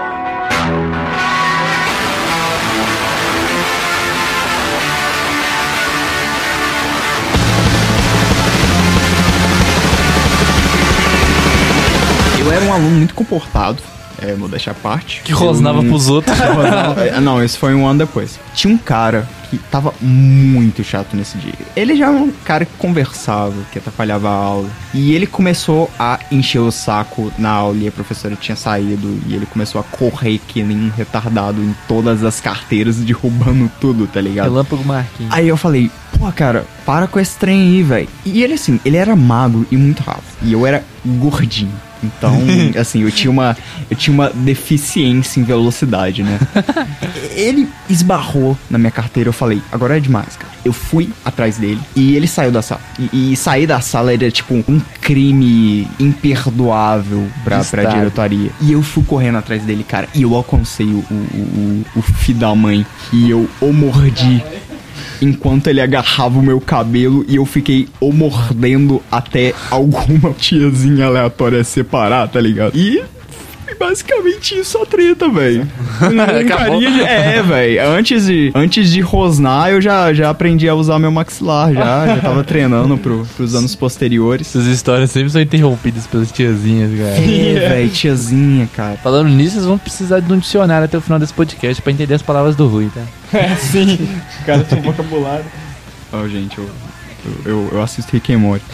Eu era um aluno muito comportado, é, vou deixar a parte. Que rosnava um... pros outros. Não, esse foi um ano depois. Tinha um cara que tava muito chato nesse dia. Ele já era um cara que conversava, que atrapalhava a aula. E ele começou a encher o saco na aula e a professora tinha saído. E ele começou a correr que nem um retardado em todas as carteiras, derrubando tudo, tá ligado? Relâmpago Marquinhos. Aí eu falei, pô, cara, para com esse trem aí, velho. E ele, assim, ele era magro e muito rápido. E eu era gordinho. Então, assim, eu tinha uma eu tinha uma deficiência em velocidade, né? Ele esbarrou na minha carteira, eu falei, agora é demais, cara. Eu fui atrás dele e ele saiu da sala. E, e sair da sala era, tipo, um crime imperdoável pra, pra diretoria. E eu fui correndo atrás dele, cara, e eu alcancei o, o, o, o filho da mãe. E eu o mordi enquanto ele agarrava o meu cabelo e eu fiquei o mordendo até alguma tiazinha aleatória separar, tá ligado? E basicamente isso a treta, velho. É, velho. Antes de, antes de rosnar, eu já, já aprendi a usar meu maxilar, já. Já tava treinando pro, pros anos posteriores. Essas histórias sempre são interrompidas pelas tiazinhas, cara. É, velho, tiazinha, cara. Falando nisso, vocês vão precisar de um dicionário até o final desse podcast pra entender as palavras do Rui, tá? É, sim. O cara tem um vocabulário. Ó, oh, gente, eu... Eu, eu assisto Rick and Morty.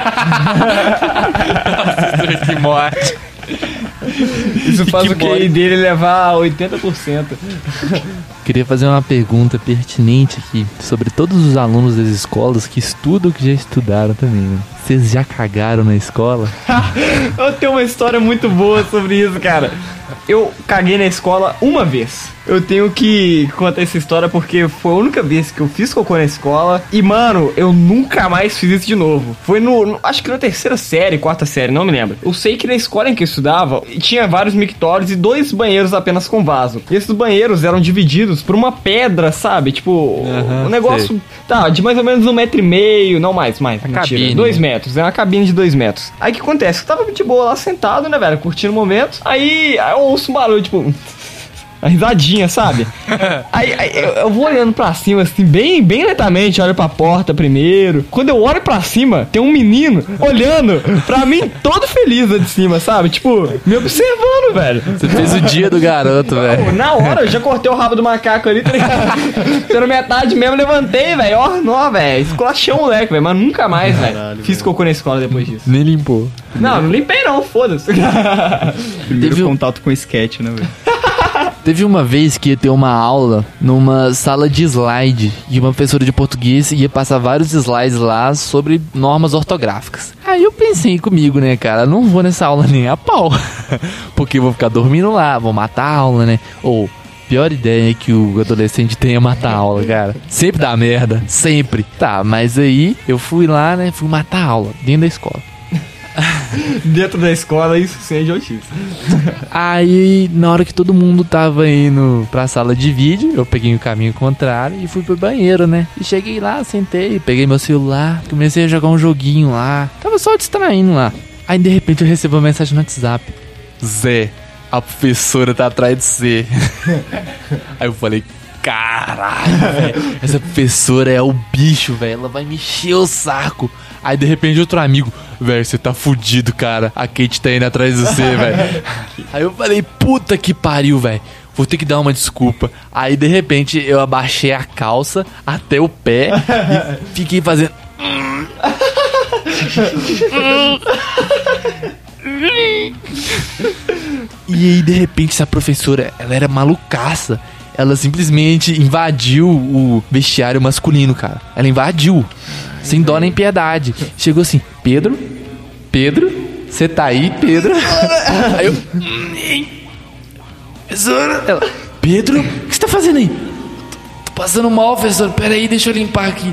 Eu assisto Rick and Morty. Isso faz o Q I dele levar a oitenta por cento. Queria fazer uma pergunta pertinente aqui sobre todos os alunos das escolas que estudam que já estudaram também, né? Vocês já cagaram na escola? Eu tenho uma história muito boa sobre isso, cara. Eu caguei na escola uma vez. Eu tenho que contar essa história porque foi a única vez que eu fiz cocô na escola. E, mano, eu nunca mais fiz isso de novo. Foi no, no acho que na terceira série, quarta série, não me lembro. Eu sei que na escola em que eu estudava, tinha vários mictórios e dois banheiros apenas com vaso. E esses banheiros eram divididos por uma pedra, sabe? Tipo, uhum, um negócio, sei. Tá, de mais ou menos um metro e meio, não mais, mais, a mentira. Cabine. Dois metros, é uma cabine de dois metros. Aí o que acontece? Eu tava de boa lá sentado, né, velho, curtindo o momento. Aí, aí eu ouço um barulho, tipo... A risadinha, sabe? Aí, aí eu, eu vou olhando pra cima, assim, bem, bem lentamente, olho pra porta primeiro. Quando eu olho pra cima, tem um menino olhando pra mim todo feliz lá de cima, sabe? Tipo, me observando, velho. Você fez o dia do garoto, velho. Na hora, eu já cortei o rabo do macaco ali, tá ligado? Pela metade mesmo, levantei, velho. Ó, nó, velho. Esculachei o moleque, velho. Mas nunca mais, velho. Fiz cocô na escola depois disso. Nem limpou. Não, não limpei não, foda-se. Primeiro Teve um- contato com sketch, né, velho? Teve uma vez que ia ter uma aula numa sala de slide e uma professora de português ia passar vários slides lá sobre normas ortográficas. Aí eu pensei comigo, né, cara, não vou nessa aula nem a pau, porque eu vou ficar dormindo lá, vou matar a aula, né? Ou pior ideia que o adolescente tem é matar a aula, cara. Sempre dá merda, sempre. Tá, mas aí eu fui lá, né, fui matar a aula dentro da escola. Dentro da escola, isso sim é idiotice. Aí, na hora que todo mundo tava indo pra sala de vídeo, eu peguei o caminho contrário e fui pro banheiro, né? E cheguei lá, sentei, peguei meu celular, comecei a jogar um joguinho lá. Tava só distraindo lá. Aí, de repente, eu recebo uma mensagem no WhatsApp. Zé, a professora tá atrás de você. Aí eu falei, caralho, velho. Essa professora é o bicho, velho. Ela vai me encher o saco. Aí, de repente, outro amigo, velho, você tá fudido, cara. A Kate tá indo atrás de você, velho. Aí eu falei, puta que pariu, velho. Vou ter que dar uma desculpa. Aí, de repente, eu abaixei a calça até o pé e fiquei fazendo... E aí, de repente, essa professora, ela era malucaça. Ela simplesmente invadiu o vestiário masculino, cara. Ela invadiu. Sem dó nem piedade. Chegou assim, Pedro? Pedro? Você tá aí, Pedro? Aí eu... Professora? Ela, Pedro? O que você tá fazendo aí? Tô passando mal, professor. Pera aí, deixa eu limpar aqui.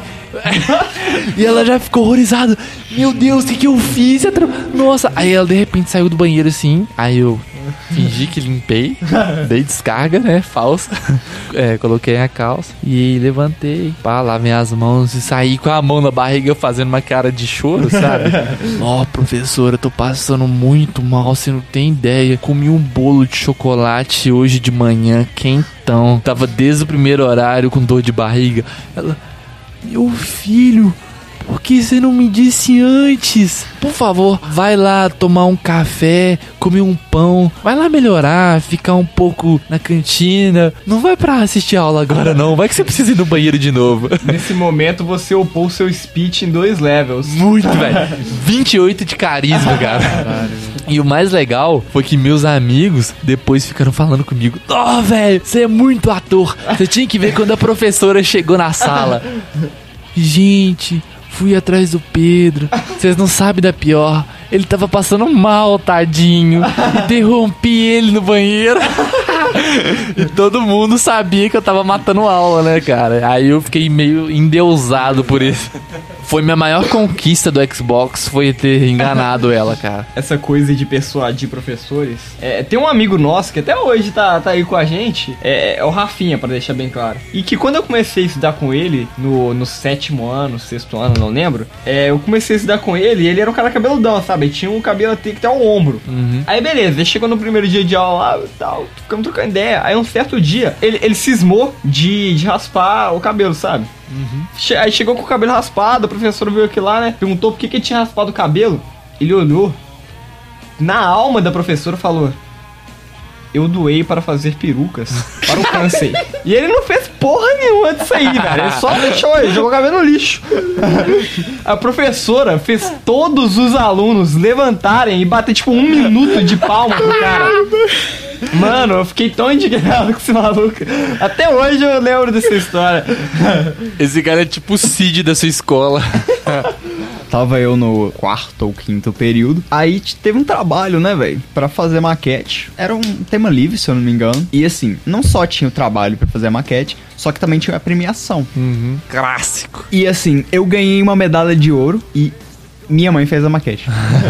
E ela já ficou horrorizada. Meu Deus, o que que eu fiz? Nossa. Aí ela de repente saiu do banheiro assim. Aí eu fingi que limpei. Dei descarga, né? Falsa. É, coloquei a calça. E levantei. Pá, lavei as mãos e saí com a mão na barriga fazendo uma cara de choro, sabe? Ó, professora, eu tô passando muito mal. Você não tem ideia. Comi um bolo de chocolate hoje de manhã, quentão. Tava desde o primeiro horário com dor de barriga. Ela... Meu filho, por que você não me disse antes? Por favor, vai lá tomar um café, comer um pão. Vai lá melhorar, ficar um pouco na cantina. Não vai pra assistir a aula agora não. Vai que você precisa ir no banheiro de novo. Nesse momento, você upou o seu speech em dois levels. Muito, velho. vinte e oito de carisma, cara. E o mais legal foi que meus amigos depois ficaram falando comigo. Ó, oh, velho, você é muito ator. Você tinha que ver quando a professora chegou na sala. Gente, fui atrás do Pedro. Vocês não sabem da pior. Ele tava passando mal, tadinho. Interrompi ele no banheiro. E todo mundo sabia que eu tava matando aula, né, cara? Aí eu fiquei meio endeusado por isso. Foi minha maior conquista do Xbox, foi ter enganado ela, cara. Essa coisa de persuadir professores. É, tem um amigo nosso que até hoje tá, tá aí com a gente. É, é o Rafinha, pra deixar bem claro. E que quando eu comecei a estudar com ele, no, no sétimo ano, sexto ano, não lembro. É, eu comecei a estudar com ele e ele era um cara cabeludão, sabe? Ele tinha um cabelo até que até o ombro. Uhum. Aí beleza, ele chegou no primeiro dia de aula lá e tal, ficamos trocando ideia. Aí um certo dia, ele, ele cismou de, de raspar o cabelo, sabe? Uhum. Che- aí chegou com o cabelo raspado, a professora veio aqui lá, né? Perguntou por que, que ele tinha raspado o cabelo. Ele olhou, na alma da professora falou: eu doei para fazer perucas para o câncer. E ele não fez porra nenhuma disso aí, velho. Ele só deixou, ele jogou o cabelo no lixo. A professora fez todos os alunos levantarem e bater tipo um minuto de palma pro cara. Mano, eu fiquei tão indignado com esse maluco. Até hoje eu lembro dessa história. Esse cara é tipo o Cid da sua escola. Tava eu no quarto ou quinto período. Aí t- teve um trabalho, né, velho? Pra fazer maquete. Era um tema livre, se eu não me engano. E assim, não só tinha o trabalho pra fazer a maquete, só que também tinha a premiação. Uhum. Clássico. E assim, eu ganhei uma medalha de ouro e Minha mãe fez a maquete.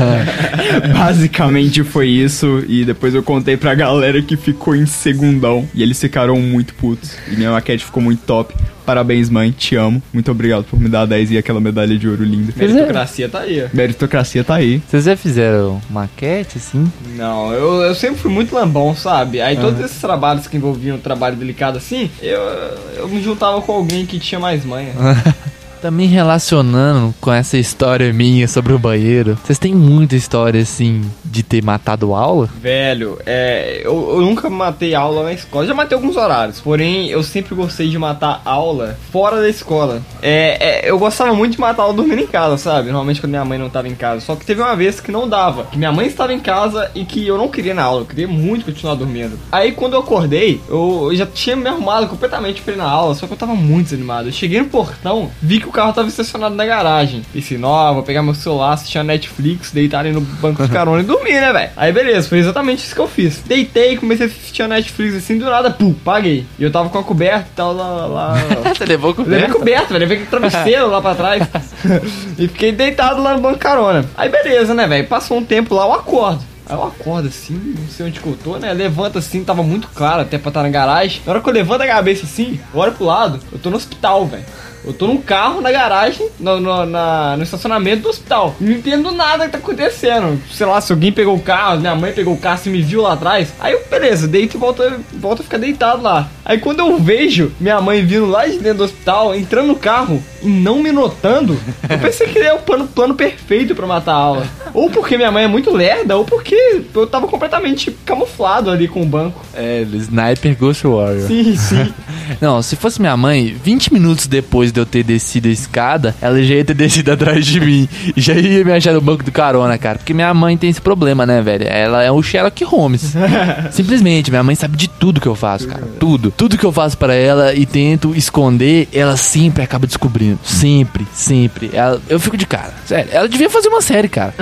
Basicamente foi isso. E depois eu contei pra galera que ficou em segundão. E eles ficaram muito putos. E minha maquete ficou muito top. Parabéns, mãe, te amo. Muito obrigado por me dar dez e aquela medalha de ouro linda. Meritocracia tá aí. Meritocracia tá aí. Vocês já fizeram maquete, assim? Não, eu, eu sempre fui muito lambão, sabe? Aí todos esses trabalhos que envolviam um trabalho delicado assim, eu, eu me juntava com alguém que tinha mais manha. Também relacionando com essa história minha sobre o banheiro, vocês têm muita história, assim, de ter matado aula? Velho, é, eu, eu nunca matei aula na escola. Já matei alguns horários, porém eu sempre gostei de matar aula fora da escola. É, é, eu gostava muito de matar aula dormindo em casa, sabe? Normalmente quando minha mãe não estava em casa. Só que teve uma vez que não dava, que minha mãe estava em casa e que eu não queria ir na aula. Eu queria muito continuar dormindo. Aí quando eu acordei, eu, eu já tinha me arrumado completamente pra ir na aula, só que eu tava muito desanimado. Eu cheguei no portão, vi que o carro tava estacionado na garagem. Pensei, não, vou pegar meu celular, assistir a Netflix, deitar ali no banco de carona e dormir, né, velho? Aí beleza, foi exatamente isso que eu fiz. Deitei, comecei a assistir a Netflix assim, do nada, pum, paguei. E eu tava com a coberta e tal, lá... lá... Você levou Levei coberta? coberta, velho, levei aquele travesseiro lá pra trás. E fiquei deitado lá no banco de carona. Aí beleza, né, velho? Passou um tempo lá, eu acordo. Aí eu acordo assim, não sei onde que eu tô, né? Levanta assim, tava muito claro até pra estar na garagem. Na hora que eu levanto a cabeça assim, eu olho pro lado, eu tô no hospital, velho. Eu tô num carro na garagem, no, no, na, no estacionamento do hospital. Não entendo nada que tá acontecendo. Sei lá, se alguém pegou o carro, minha mãe pegou o carro, se me viu lá atrás. Aí eu, beleza, deito e volto, volto a ficar deitado lá. Aí quando eu vejo minha mãe vindo lá de dentro do hospital, entrando no carro e não me notando, eu pensei que era o plano, plano perfeito pra matar a aula. Ou porque minha mãe é muito lerda, ou porque eu tava completamente camuflado ali com o banco. É, Sniper Ghost Warrior. Sim, sim. Não, se fosse minha mãe, vinte minutos depois de eu ter descido a escada, ela já ia ter descido atrás de mim. E já ia me achar no banco do carona, cara. Porque minha mãe tem esse problema, né, velho? Ela é o Sherlock Holmes. Simplesmente, minha mãe sabe de tudo que eu faço, cara. Tudo. Tudo que eu faço pra ela e tento esconder, ela sempre acaba descobrindo. Sempre, sempre. Ela, eu fico de cara. Sério, ela devia fazer uma série, cara.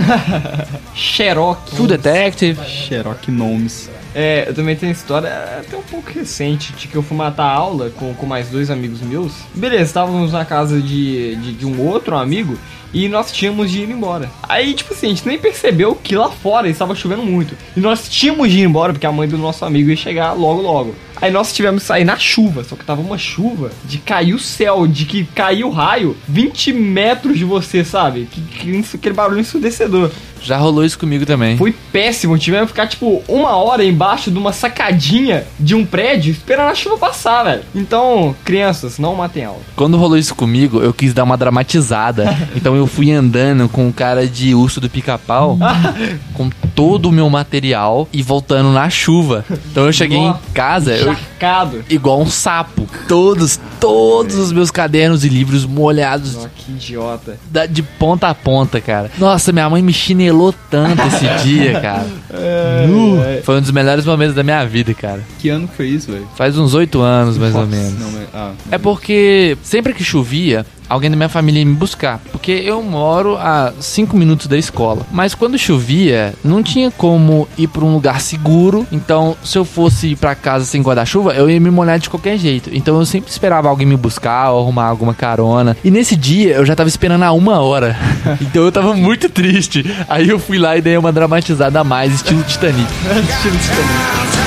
Sherlock. True Detective. Sherlock Gnomes. É, eu também tenho história até um pouco recente de que eu fui matar a aula com, com mais dois amigos meus. Beleza, estávamos na casa de, de, de um outro amigo e nós tínhamos de ir embora. Aí, tipo assim, a gente nem percebeu que lá fora estava chovendo muito. E nós tínhamos de ir embora porque a mãe do nosso amigo ia chegar logo, logo. Aí nós tivemos que sair na chuva, só que tava uma chuva de cair o céu, de que caiu o raio vinte metros de você, sabe? Que, que, aquele barulho ensurdecedor. Já rolou isso comigo também. Foi péssimo, tivemos que ficar tipo uma hora embaixo de uma sacadinha de um prédio esperando a chuva passar, velho. Então, crianças, não matem aula. Quando rolou isso comigo, eu quis dar uma dramatizada. Então eu fui andando com o cara de urso do pica-pau, com todo o meu material e voltando na chuva. Então eu cheguei Nossa, em casa, eu, Encharcado. igual um sapo. Todos, todos os meus cadernos e livros molhados Nossa, que idiota. da- de ponta a ponta, cara. Nossa, minha mãe me chinelou tanto esse dia, cara. Nu. Foi um dos melhores momentos da minha vida, cara. Que ano foi isso, velho? Faz uns oito anos, mais ou menos. Não, mas... Ah, É porque sempre que chovia, alguém da minha família ia me buscar. Porque eu moro a cinco minutos da escola. Mas quando chovia, não tinha como ir pra um lugar seguro. Então, se eu fosse ir pra casa sem guarda-chuva, eu ia me molhar de qualquer jeito. Então, eu sempre esperava alguém me buscar ou arrumar alguma carona. E nesse dia, eu já tava esperando há uma hora. Então, eu tava muito triste. Aí eu fui lá e dei uma dramatizada a mais, estilo Titanic. Estilo Titanic.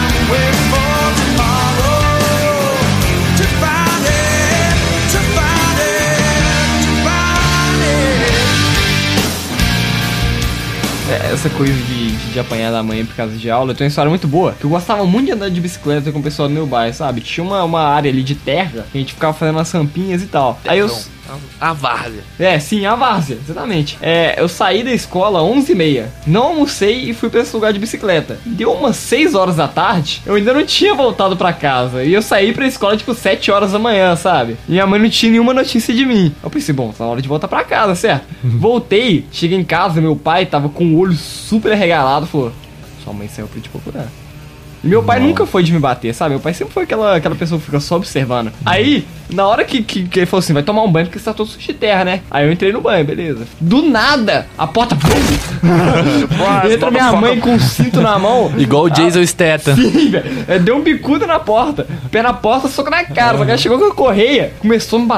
Essa coisa de, de, de apanhar da mãe por causa de aula, eu tenho uma história muito boa. Que eu gostava muito de andar de bicicleta com o pessoal do meu bairro, sabe? Tinha uma, uma área ali de terra que a gente ficava fazendo umas rampinhas e tal. Aí eu... A várzea. É, sim, a várzea, exatamente. É, eu saí da escola às onze e meia, não almocei e fui pra esse lugar de bicicleta. Deu umas seis horas da tarde, eu ainda não tinha voltado pra casa. E eu saí pra escola tipo sete horas da manhã, sabe? E minha mãe não tinha nenhuma notícia de mim. Eu pensei, bom, tá na hora de voltar pra casa, certo? Voltei, cheguei em casa, meu pai tava com o olho super arregalado, falou: sua mãe saiu pra te procurar. E meu pai nunca foi de me bater, sabe? Meu pai sempre foi aquela, aquela pessoa que fica só observando. Aí, na hora que, que, que ele falou assim, vai tomar um banho porque você tá todo sujo de terra, né? Aí eu entrei no banho, beleza. Do nada, a porta... Entra minha mãe com um cinto na mão. Igual o Jason Statham. Sim, velho. É, deu um bicudo na porta. Pé na porta, soco na cara. Só que ela chegou com a correia, começou a me bater.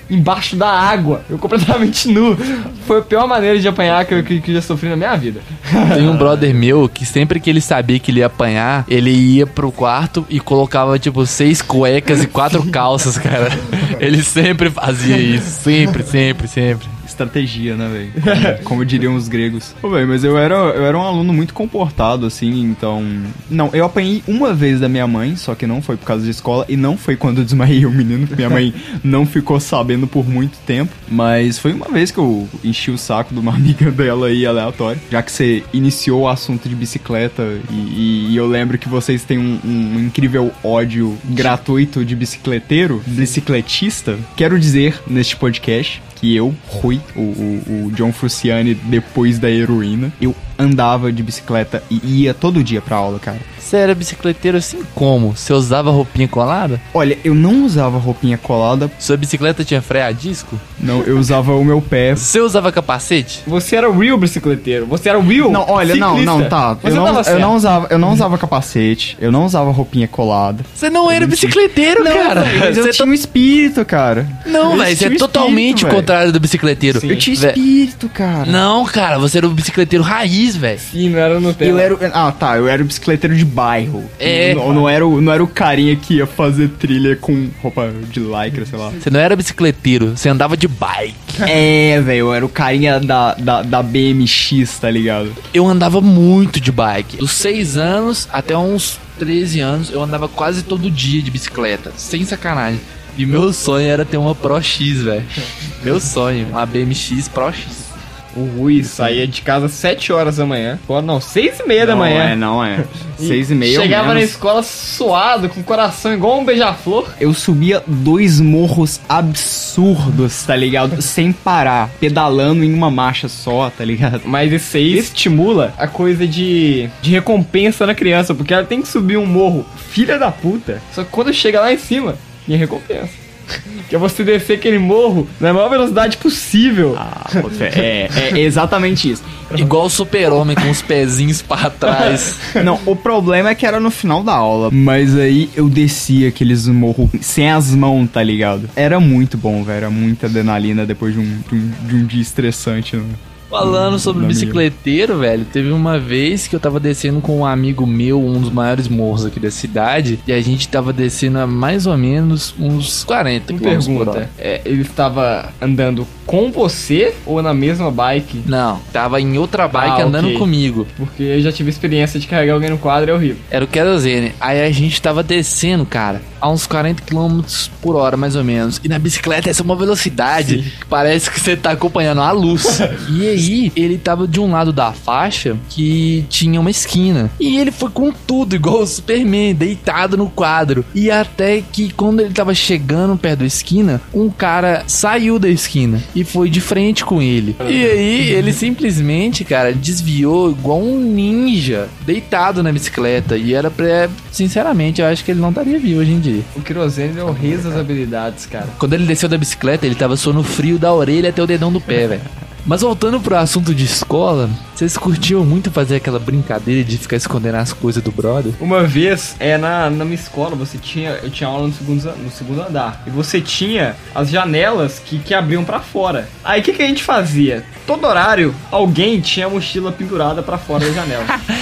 embaixo da água. Eu completamente nu. Foi a pior maneira de apanhar que eu, que, que eu já sofri na minha vida. Tem um brother meu que sempre que ele sabia que ele ia apanhar, ele ia pro quarto e colocava, tipo, seis cuecas e quatro calças, cara. Ele sempre fazia isso. Sempre, sempre, sempre. Estratégia, né, velho? Como, como diriam os gregos. Pô, velho, mas eu era, eu era um aluno muito comportado, assim, então... Não, eu apanhei uma vez da minha mãe, só que não foi por causa de escola, e não foi quando eu desmaiei o menino, que minha mãe não ficou sabendo por muito tempo, mas foi uma vez que eu enchi o saco de uma amiga dela aí, aleatório, já que você iniciou o assunto de bicicleta, e, e, e eu lembro que vocês têm um, um incrível ódio gratuito de bicicleteiro, bicicletista, quero dizer, neste podcast... que eu, Rui, o, o, o John Fruciani, depois da heroína, eu andava de bicicleta e ia todo dia pra aula, cara. Você era bicicleteiro assim como? Você usava roupinha colada? Olha, eu não usava roupinha colada. Sua bicicleta tinha freio a disco? Não, eu usava o meu pé. Você usava capacete? Você era o real bicicleteiro. Você era o real Não, olha, ciclista. não, não, tá. Você Eu não, tava eu certo. não usava, eu não usava capacete, eu não usava roupinha colada. Você não era bicicleteiro, cara. Mas eu Você tinha um espírito, cara. Não, Eu velho, você tinha é um totalmente espírito, o contrário do bicicleteiro. Sim. Eu tinha Vé- espírito, cara. Não, cara, você era o bicicleteiro raiz, velho. Sim, não era no tempo. Eu era. o- Ah, tá. Eu era o bicicleteiro de bairro. É. Não, não, era o, não era o carinha que ia fazer trilha com roupa de lycra, sei lá. Você não era bicicleteiro, você andava de bike. É, velho. Eu era o carinha da, da, da B M X, tá ligado? Eu andava muito de bike. Dos seis anos até uns treze anos, eu andava quase todo dia de bicicleta. Sem sacanagem. E meu sonho era ter uma Pro X, velho. Meu sonho, uma B M X Pro X. O Rui saía de casa às sete horas da manhã. Pô, não, seis e meia da Não manhã. é, não é. Seis e meia. Chegava ou na menos. escola suado, com o coração igual um beija-flor. Eu subia dois morros absurdos, tá ligado? Sem parar. Pedalando em uma marcha só, tá ligado? Mas isso aí estimula a coisa de, de recompensa na criança, porque ela tem que subir um morro, filha da puta. Só que quando chega lá em cima, tem recompensa. Que é você descer aquele morro na maior velocidade possível. Ah, pô, é, é exatamente isso. Igual o super-homem com os pezinhos pra trás. Não, o problema é que era no final da aula. Mas aí eu descia aqueles morros sem as mãos, tá ligado? Era muito bom, velho. Era muita adrenalina depois de um, de um, de um dia estressante, né? Falando sobre Na bicicleteiro, velho, teve uma vez que eu tava descendo com um amigo meu, um dos maiores morros aqui da cidade, e a gente tava descendo a mais ou menos uns quarenta Me quilômetros por pergunta, hora. é, ele estava andando com você ou na mesma bike? Não, tava em outra bike Ah, andando ok. comigo. Porque eu já tive experiência de carregar alguém no quadro, é horrível. Era o querosene. Aí a gente tava descendo, cara, a uns quarenta quilômetros por hora, mais ou menos. E na bicicleta essa é uma velocidade que parece que você tá acompanhando a luz. E aí, ele tava de um lado da faixa que tinha uma esquina. E ele foi com tudo, igual o Superman, deitado no quadro. E até que quando ele tava chegando perto da esquina, um cara saiu da esquina e foi de frente com ele. E aí, ele simplesmente, cara, desviou igual um ninja, deitado na bicicleta. E era pra... Sinceramente, eu acho que ele não estaria vivo hoje em dia. O querosene é o rei das habilidades, cara. Quando ele desceu da bicicleta, ele tava sono frio da orelha até o dedão do pé, velho. Mas voltando pro assunto de escola, vocês curtiam muito fazer aquela brincadeira de ficar escondendo as coisas do brother? Uma vez, é, na, na minha escola, você tinha, eu tinha aula no segundo, no segundo andar. E você tinha as janelas que, que abriam pra fora. Aí o que, que a gente fazia? Todo horário, alguém tinha a mochila pendurada pra fora da janela.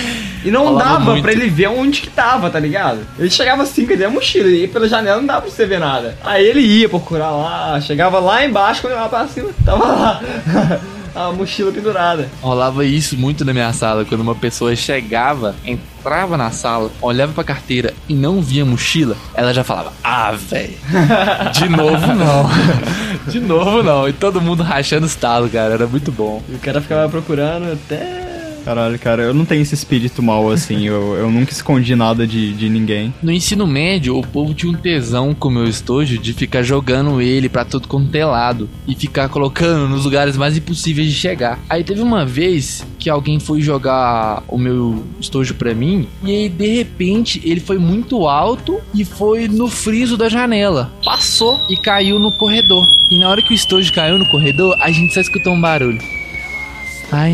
E não Falava dava muito. pra ele ver onde que tava, tá ligado? Ele chegava assim, cadê a mochila? E pela janela não dava pra você ver nada. Aí ele ia procurar lá, chegava lá embaixo, quando ele olhava pra cima, tava lá. A mochila pendurada. Rolava isso muito na minha sala, quando uma pessoa chegava, entrava na sala, olhava pra carteira e não via mochila, ela já falava, ah, velho, de novo não, de novo não, e todo mundo rachando os talos, cara, era muito bom. E o cara ficava procurando até... Caralho, cara, eu não tenho esse espírito mal assim. eu, eu nunca escondi nada de, de ninguém. No ensino médio, o povo tinha um tesão com o meu estojo de ficar jogando ele pra tudo quanto é lado e ficar colocando nos lugares mais impossíveis de chegar. Aí teve uma vez que alguém foi jogar o meu estojo pra mim e aí de repente ele foi muito alto e foi no friso da janela. Passou e caiu no corredor. E na hora que o estojo caiu no corredor, a gente só escutou um barulho. Ai,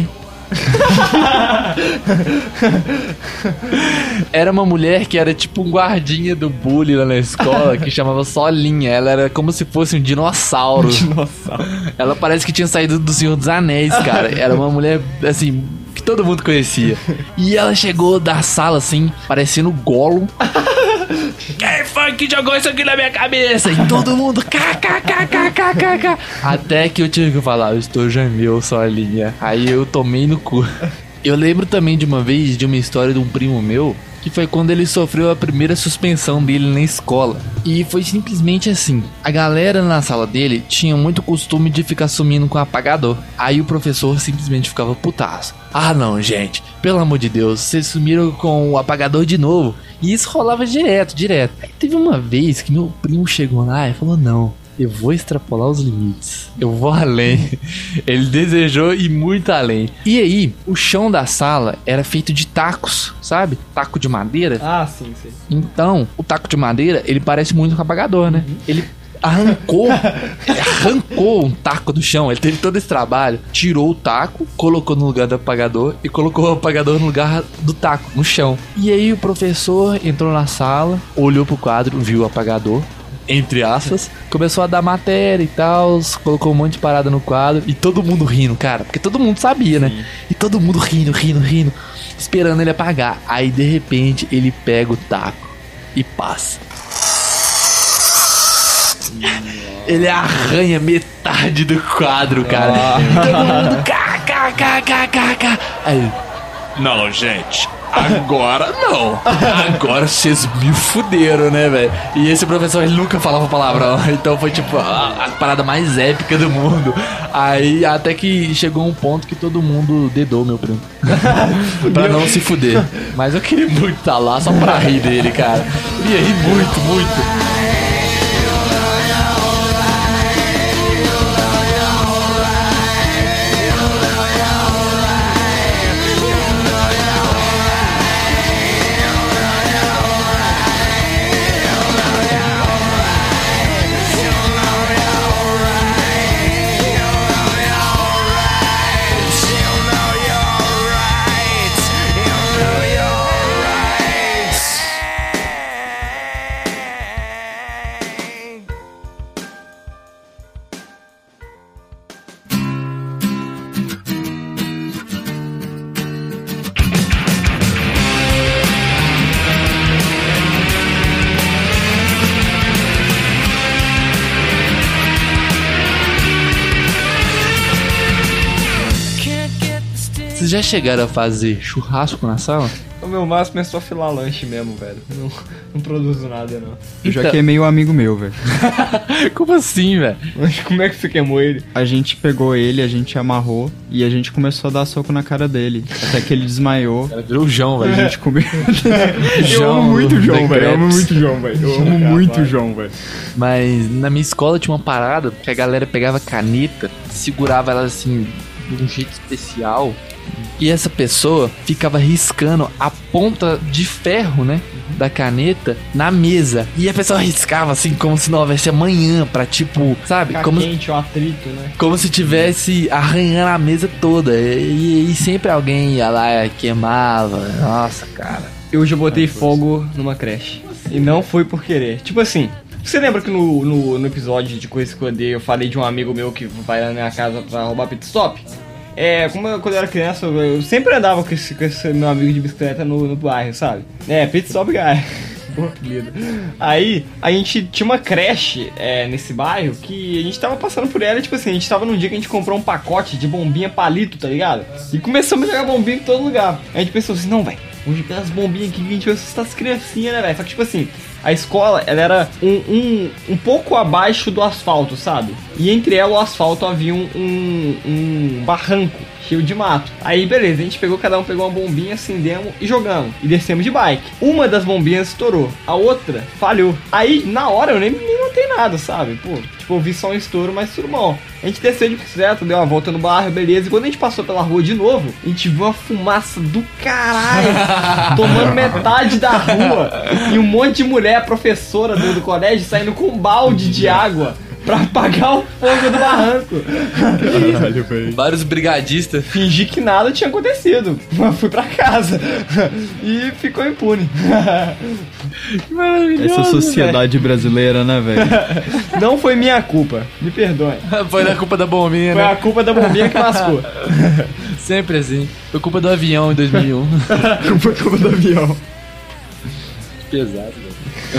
Era uma mulher que era tipo um guardinha do bullying lá na escola, que chamava Solinha. Ela era como se fosse um dinossauro. Dinossauro. Ela parece que tinha saído do Senhor dos Anéis, cara. Era uma mulher, assim, que todo mundo conhecia. E ela chegou da sala, assim, parecendo Gollum. Quem foi que jogou isso aqui na minha cabeça? E todo mundo kkkkkk. Até que eu tive que falar, eu estou Jamil, Solinha. Aí eu tomei no cu. Eu lembro também de uma vez de uma história de um primo meu, que foi quando ele sofreu a primeira suspensão dele na escola. E foi simplesmente assim: a galera na sala dele tinha muito costume de ficar sumindo com o apagador. Aí o professor simplesmente ficava putaço. Ah não, gente, pelo amor de Deus, vocês sumiram com o apagador de novo. E isso rolava direto, direto. Aí teve uma vez que meu primo chegou lá e falou: não, eu vou extrapolar os limites, eu vou além. Ele desejou ir muito além. E aí, o chão da sala era feito de tacos, sabe? Taco de madeira. Ah, sim, sim. Então, o taco de madeira, ele parece muito com apagador, né? Ele arrancou, ele arrancou um taco do chão. Ele teve todo esse trabalho, tirou o taco, colocou no lugar do apagador e colocou o apagador no lugar do taco, no chão. E aí o professor entrou na sala, olhou pro quadro, viu o apagador, entre aspas, começou a dar matéria e tal, colocou um monte de parada no quadro e todo mundo rindo, cara, porque todo mundo sabia, né? E todo mundo rindo, rindo, rindo, esperando ele apagar. Aí de repente ele pega o taco e passa. Ele arranha metade do quadro, cara. E todo mundo kkkkkk. Aí, não, gente, agora não. Agora vocês me fuderam, né, velho? E esse professor, ele nunca falava palavrão. Então foi tipo a, a parada mais épica do mundo. Aí até que chegou um ponto que todo mundo dedou meu primo. Pra não se fuder. Mas eu queria muito estar lá só pra rir dele, cara. Eu ia rir muito, muito. Vocês já chegaram a fazer churrasco na sala? O meu máximo é só filar lanche mesmo, velho. Não, não produzo nada, não. Eu já Então- queimei um amigo meu, velho. Como assim, velho? Mas como é que você queimou ele? A gente pegou ele, a gente amarrou e a gente começou a dar soco na cara dele. Até que ele desmaiou. Ela virou o João, A velho. gente comeu. Eu João amo muito o do João, The velho. Eu amo Grapes. muito o João, velho. Eu amo Amo muito muito o o João. João, velho. Mas na minha escola tinha uma parada que a galera pegava caneta, segurava ela assim de um jeito especial. E essa pessoa ficava riscando a ponta de ferro, né, da caneta na mesa. E a pessoa riscava assim como se não houvesse amanhã, pra tipo, sabe? Ficar Como, quente, o atrito, né? como se tivesse arranhando a mesa toda. E, e sempre alguém ia lá e queimava. Nossa, cara. Eu já botei fogo numa creche. E não foi por querer. Tipo assim, você lembra que no, no, no episódio de Coisa que eu odeio eu falei de um amigo meu que vai na minha casa pra roubar pit stop? É, como eu, quando eu era criança, eu, eu sempre andava com esse, com esse meu amigo de bicicleta no, no bairro, sabe? É, pit stop guy. Bom apelido. Aí, a gente tinha uma creche é, nesse bairro que a gente tava passando por ela, tipo assim, a gente tava num dia que a gente comprou um pacote de bombinha palito, tá ligado? E começamos a jogar bombinha em todo lugar. Aí a gente pensou assim, não, velho, vamos jogar as bombinhas aqui que a gente vai assustar as criancinhas, né, velho? Só que, tipo assim, a escola, ela era um, um, um pouco abaixo do asfalto, sabe? E entre ela e o asfalto havia um, um, um barranco cheio de mato. Aí, beleza, a gente pegou, cada um pegou uma bombinha, acendemos e jogamos. E descemos de bike. Uma das bombinhas estourou, a outra falhou. Aí, na hora, eu nem, nem notei nada, sabe? Pô, tipo, eu vi só um estouro, mas tudo bom. A gente desceu de bicicleta, deu uma volta no bairro, beleza. E quando a gente passou pela rua de novo, a gente viu uma fumaça do caralho tomando metade da rua. E um monte de mulher, professora do, do colégio, saindo com um balde de água pra apagar o fogo do barranco. Caralho, velho. Vários brigadistas. Fingi que nada tinha acontecido. Fui pra casa. E ficou impune. Essa sociedade brasileira, né, velho? Não foi minha culpa. Me perdoe. Foi da culpa da bombinha, Foi né? a culpa da bombinha que lascou. Sempre assim. Foi culpa do avião em dois mil e um. Foi culpa do avião. Pesado, velho.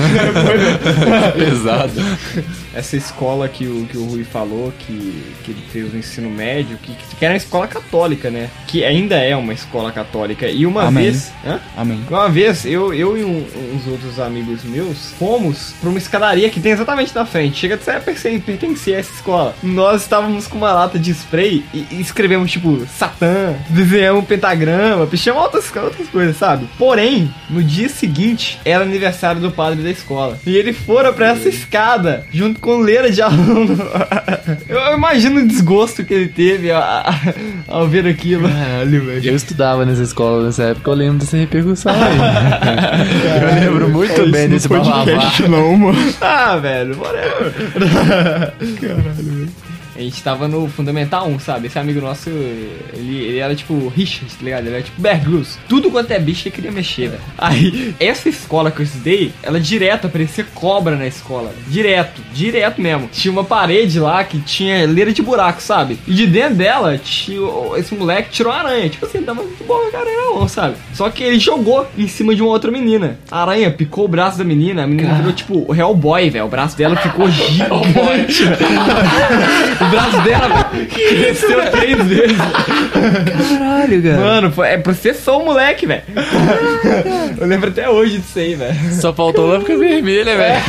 Pesado. Essa escola que o, que o Rui falou, que, que ele fez o ensino médio, que, que era uma escola católica, né? Que ainda é uma escola católica. E uma Amém. vez... Hã? Amém. Uma vez, eu, eu e um- uns outros amigos meus fomos pra uma escadaria que tem exatamente na frente. Chega a ser- perce- pertencer a essa escola. Nós estávamos com uma lata de spray e, e escrevemos, tipo, Satã, desenhamos um pentagrama, pichamos outras, outras coisas, sabe? Porém, no dia seguinte, era aniversário do padre da escola. E ele fora pra essa escada, junto com leira de aluno. Eu, eu imagino o desgosto que ele teve ao, ao ver aquilo. Caralho, velho. Eu estudava nessa escola nessa época, eu lembro dessa repercussão aí. Eu lembro muito bem desse bababá. Não, mano. Ah, velho, whatever. Caralho, velho. A gente tava no Fundamental um, sabe? Esse amigo nosso, ele, ele era tipo Richard, tá ligado? Ele era tipo Bear Grylls. Tudo quanto é bicho ele queria mexer, velho. Aí, essa escola que eu estudei, ela direto aparecia cobra na escola. Direto, direto mesmo. Tinha uma parede lá que tinha leira de buraco, sabe? E de dentro dela, tinha, esse moleque tirou uma aranha. Tipo assim, tava muito bom a aranha na mão, sabe? Só que ele jogou em cima de uma outra menina. A aranha picou o braço da menina, a menina virou tipo o Hellboy, velho. O braço dela ficou gigante, velho. O braço dela cresceu três vezes. Caralho, cara. Mano, foi, é processou o moleque, velho. Eu lembro até hoje disso aí, velho. Só faltou lâmpada vermelha, velho.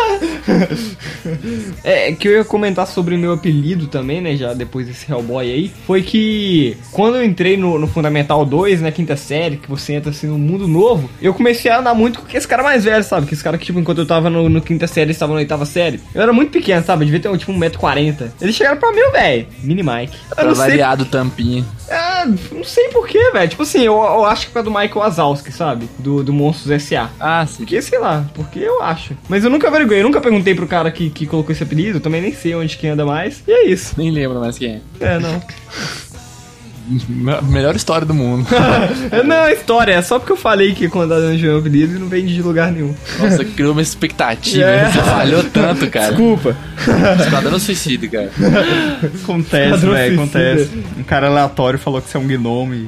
É, que eu ia comentar sobre o meu apelido também, né, já depois desse Hellboy aí, foi que quando eu entrei no, no Fundamental dois, na quinta série, que você entra assim num mundo novo, eu comecei a andar muito com esse cara mais velho, sabe? Que esse cara que, tipo, enquanto eu tava no, no quinta série, eles estavam na oitava série. Eu era muito pequeno, sabe? Eu devia ter, tipo, um metro e quarenta. Eles chegaram pra mim, velho, Mini Mike. Eu Pra não sei, variado tampinha. é, não sei porquê, velho. Tipo assim, eu, eu acho que é por causa do Michael Wazowski, sabe? Do, do Monstros S A. Ah, sim. Porque, sei lá, porque eu acho. Mas eu nunca averiguei, eu nunca perguntei pro cara que, que colocou esse apelido, eu também nem sei onde que anda mais. E é isso. Nem lembro mais quem é. É, não. Me- Melhor história do mundo. É, não, é história, é só porque eu falei que quando a Dana meu apelido e não vem de lugar nenhum. Nossa, criou uma expectativa. É. Você falhou tanto, cara. Desculpa. Esquadrão Suicida, cara. Acontece, Padrão velho, suicida. acontece. Um cara aleatório falou que você é um gnome.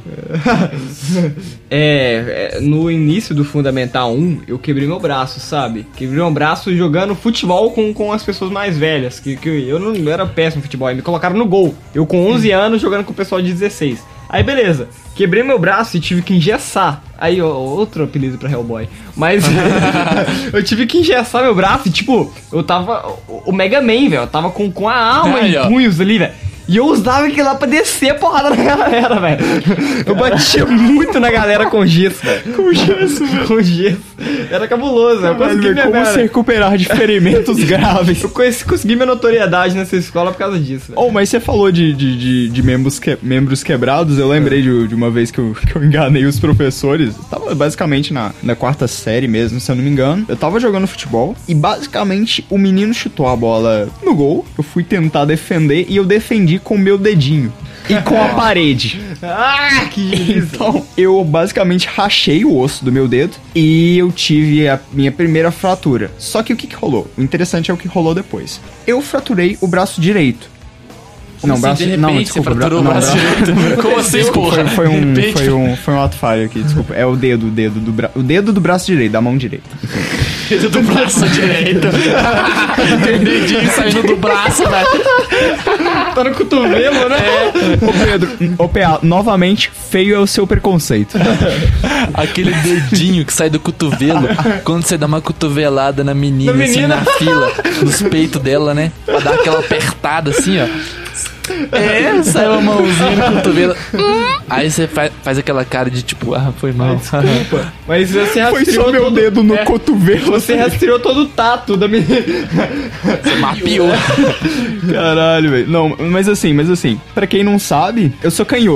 É, é, no início do Fundamental um, eu quebrei meu braço, sabe? Quebrei meu braço jogando futebol com, com as pessoas mais velhas. Que, que eu não eu era péssimo em futebol, aí me colocaram no gol. Eu com onze anos jogando com o pessoal de dezesseis. Aí beleza, quebrei meu braço e tive que engessar. Aí, ó, outro apelido pra Hellboy. Mas eu tive que engessar meu braço e, tipo, eu tava. O, o Mega Man, velho. Eu tava com, com a alma Aí, em ó. punhos ali, velho. E eu usava aquilo lá pra descer a porrada na galera, velho. Eu batia muito na galera com gesso, velho. Com gesso, velho. Com gesso. Era cabuloso, velho. Eu consegui minha Como cara. se recuperar de ferimentos graves. Eu conheci, consegui minha notoriedade nessa escola por causa disso, velho. Oh, mas você falou de, de, de, de membros, que, membros quebrados, eu lembrei de, de uma vez que eu, que eu enganei os professores. Eu tava basicamente na, na quarta série mesmo, se eu não me engano. Eu tava jogando futebol e basicamente o menino chutou a bola no gol. Eu fui tentar defender e eu defendi com o meu dedinho. E com a parede. Ah, que isso. Então, eu basicamente rachei o osso do meu dedo e eu tive a minha primeira fratura. Só que o que, que rolou? O interessante é o que rolou depois. Eu fraturei o braço direito. Como assim, de repente, não, você desculpa, fraturou bra- o braço não, direito? Como assim, Desculpa, porra? foi, foi um, De repente- foi, um, foi um ato falho aqui, desculpa. É o dedo, o dedo do braço. O dedo do braço direito, da mão direita. Dedo do braço direito. Tem dedinho saindo do braço, velho. Tá no cotovelo, né? Ô Pedro, ô P A, novamente, feio é o seu preconceito. Aquele dedinho que sai do cotovelo quando você dá uma cotovelada na menina, Na assim, menina. na fila, nos peitos dela, né? Pra dar aquela apertada assim, ó. É, sai uma mãozinha no cotovelo. Aí você faz, faz aquela cara de tipo, ah, foi mal. Mas você Foi rastreou só meu todo... dedo no é, cotovelo. Você rastreou todo o tato da menina. Você mapeou. Caralho, velho. Não, mas assim, mas assim, pra quem não sabe, eu sou canhoto.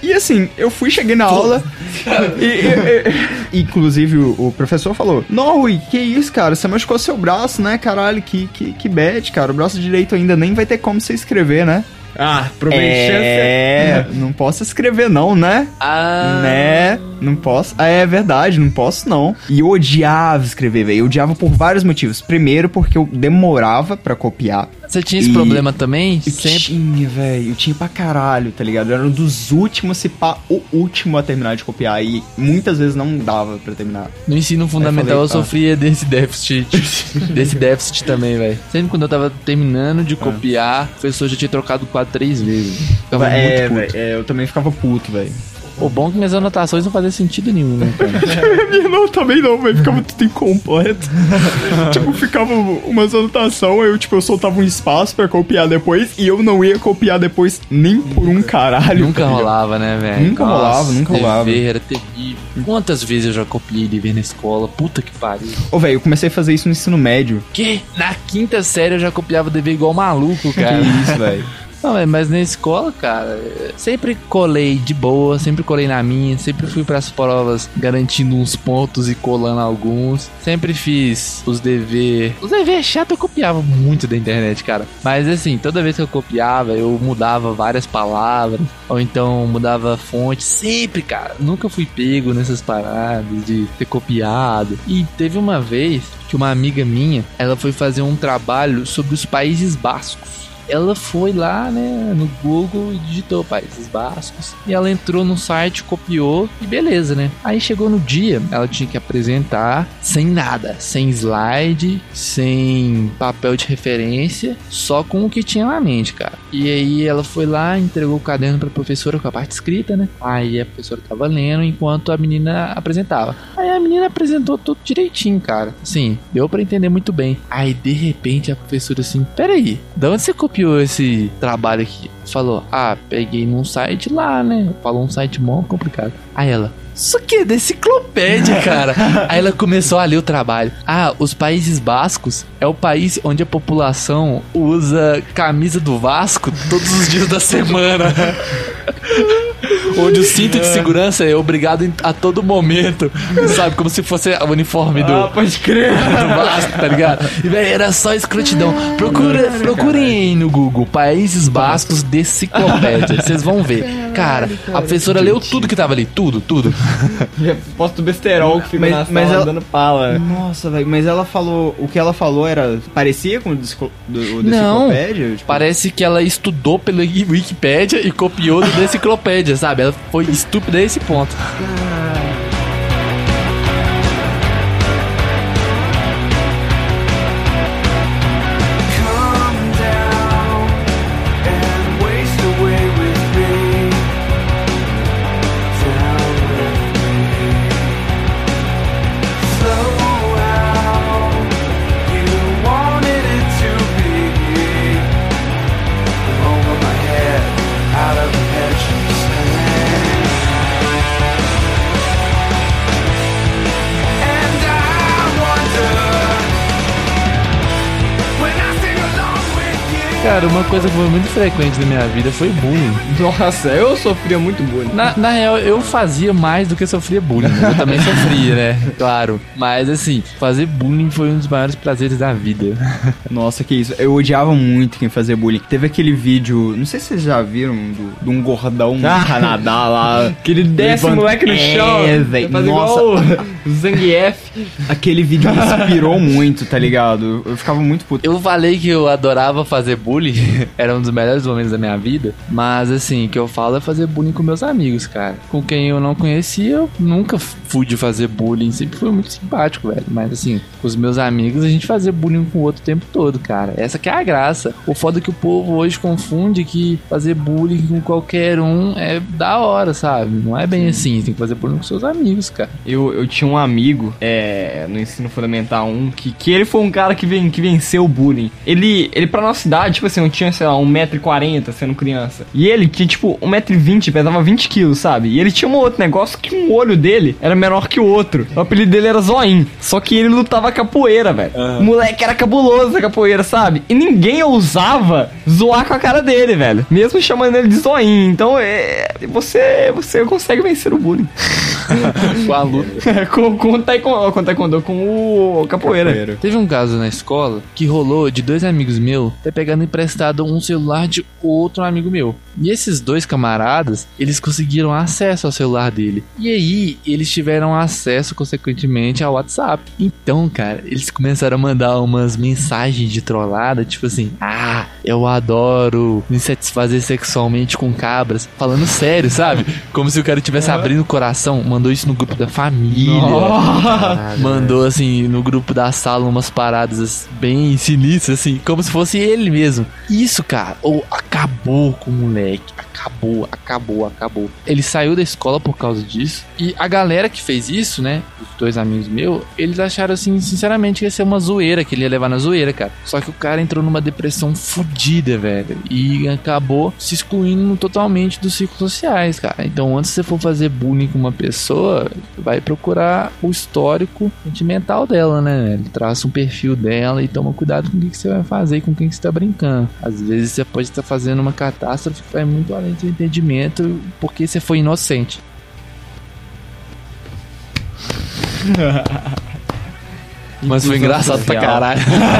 E assim, eu fui, cheguei na aula e, e- e- inclusive o, o professor falou: Não, Rui, que isso, cara? Você machucou seu braço, né? Caralho, que, que, que bad, cara. O braço direito ainda nem vai ter como você escrever, né? Ah, provavelmente É, não posso escrever não, né? Ah. Né? Não posso. Ah, é verdade, não posso não. E eu odiava escrever, velho. Eu odiava por vários motivos. Primeiro, porque eu demorava pra copiar. Você tinha esse E- problema também? Eu Sempre. tinha, velho. Eu tinha pra caralho, tá ligado? Eu era um dos últimos, se pá, o último a terminar de copiar. E muitas vezes não dava pra terminar. No ensino fundamental falei, eu ah. sofria desse déficit. desse déficit também, velho. Sempre quando eu tava terminando de copiar, o professor já tinha trocado quadro três vezes. Ficava é, muito puto. velho. É, eu também ficava puto, velho. O bom é que minhas anotações não faziam sentido nenhum, né, cara? Minha não, também não, velho. Ficava tudo incompleto. Tipo, ficava umas anotações, eu, tipo, eu soltava um espaço pra copiar depois e eu não ia copiar depois nem por um caralho. Nunca tá ligado? rolava, né, velho? Nunca rolava, nunca rolava. Dever era terrível. Quantas vezes eu já copiei dever na escola? Puta que pariu. Ô, velho, eu comecei a fazer isso no ensino médio. Que? Na quinta série eu já copiava dever igual maluco, cara. Que isso, velho. Não, velho, mas na escola, cara, sempre colei de boa, sempre colei na minha, sempre fui pras provas garantindo uns pontos e colando alguns. Sempre fiz os dever. Os dever chato eu copiava muito da internet, cara. Mas assim, toda vez que eu copiava, eu mudava várias palavras, ou então mudava fonte. Sempre, cara. Nunca fui pego nessas paradas de ter copiado. E teve uma vez que uma amiga minha, ela foi fazer um trabalho sobre os Países Bascos. Ela foi lá, né, no Google e digitou Países Bascos. E ela entrou no site, copiou e beleza, né? Aí chegou no dia, ela tinha que apresentar sem nada, sem slide, sem papel de referência, só com o que tinha na mente, cara. E aí ela foi lá, entregou o caderno pra professora com a parte escrita, né? Aí a professora tava lendo enquanto a menina apresentava. Aí a menina apresentou tudo direitinho, cara. Assim, deu pra entender muito bem. Aí de repente a professora assim: Peraí, de onde você copiou esse trabalho aqui? Falou: Ah, peguei num site lá, né? Falou um site mó complicado. Aí ela: Isso aqui é da enciclopédia, cara. Aí ela começou a ler o trabalho. Ah, os Países Bascos é o país onde a população usa camisa do Vasco todos os dias da semana. Onde o cinto de segurança é obrigado em- a todo momento. Sabe? Como se fosse o uniforme do, Ah, pode crer. do Vasco, tá ligado? E, velho, era só escrotidão. Procura, procurem aí no Google Países Bascos de enciclopédia. Vocês vão ver. Cara, a professora leu tudo que tava ali. Tudo, tudo. Posto besterol que fica Mas- na sala mas ela- dando pala. Nossa, velho, mas ela falou... O que ela falou era... Parecia com o disco- do, o da Não, enciclopédia? Tipo, parece que ela estudou pela Wikipédia e copiou do da enciclopédia, sabe? Ela foi estúpida a esse ponto. Come down and waste away with me. Down with me. Slow out. You wanted it to be over my head, out of the pension stand. And I wonder when I sing along with you. Cara, uma coisa que foi muito frequente na minha vida foi bullying. Nossa, eu sofria muito bullying. Na, na real, eu fazia mais do que sofria bullying. Mas eu também sofria, né? Claro. Mas assim, fazer bullying foi um dos maiores prazeres da vida. Nossa, que isso. Eu odiava muito quem fazia bullying. Teve aquele vídeo... Não sei se vocês já viram, do- de um gordão Ah, nadar lá. Que ele desce o Levanta- moleque no É, chão. velho, Faz nossa. igual o Zangief. Aquele vídeo me inspirou muito, tá ligado? Eu ficava muito puto. Eu falei que eu adorava fazer bullying. Era um dos melhores momentos da minha vida. Mas assim, o que eu falo é fazer bullying com meus amigos, cara. Com quem eu não conhecia, eu nunca fui de fazer bullying. Sempre fui muito simpático, velho. Mas assim, com os meus amigos, a gente fazia bullying com o outro o tempo todo, cara. Essa que é a graça. O foda é que o povo hoje confunde que fazer bullying com qualquer um é da hora, sabe? Não é bem assim. Tem que fazer bullying com seus amigos, cara. Eu, eu tinha um amigo é, no ensino fundamental um que, que ele foi um cara que, ven, que venceu o bullying. Ele, ele pra nossa idade, tipo tipo assim, eu tinha, sei lá, um metro e quarenta sendo criança. E ele tinha, tipo, um metro e vinte, pesava vinte quilos, sabe? E ele tinha um outro negócio que um olho dele era menor que o outro. O apelido dele era Zoinho. Só que ele lutava capoeira, velho. O moleque era cabuloso da capoeira, sabe? E ninguém ousava zoar com a cara dele, velho. Mesmo chamando ele de Zoinho. Então, é, você, você consegue vencer o bullying. Com a luta. com, com, o taekwondo, com o taekwondo, com o capoeira. capoeira. Teve um caso na escola que rolou de dois amigos meus ter pegado emprestado um celular de outro amigo meu. E esses dois camaradas, eles conseguiram acesso ao celular dele. E aí, eles tiveram acesso, consequentemente, ao WhatsApp. Então, cara, eles começaram a mandar umas mensagens de trollada, tipo assim, ah, eu adoro me satisfazer sexualmente com cabras. Falando sério, sabe? Como se o cara estivesse abrindo o coração. Mandou isso no grupo da família. Caralho, mandou, assim, no grupo da sala umas paradas bem sinistras, assim, como se fosse ele mesmo. Isso, cara, ou acabou com o moleque. Acabou, acabou, acabou. Ele saiu da escola por causa disso. E a galera que fez isso, né, os dois amigos meus, eles acharam, assim, sinceramente, que ia ser uma zoeira, que ele ia levar na zoeira, cara. Só que o cara entrou numa depressão fodida, velho. E acabou se excluindo totalmente dos círculos sociais, cara. Então, antes de você for fazer bullying com uma pessoa, vai procurar o histórico sentimental dela, né, velho? Traça um perfil dela e toma cuidado com o que, que você vai fazer e com quem que você tá brincando. Às vezes você pode estar fazendo uma catástrofe que vai muito além do seu entendimento porque você foi inocente. Mas foi engraçado pra caralho.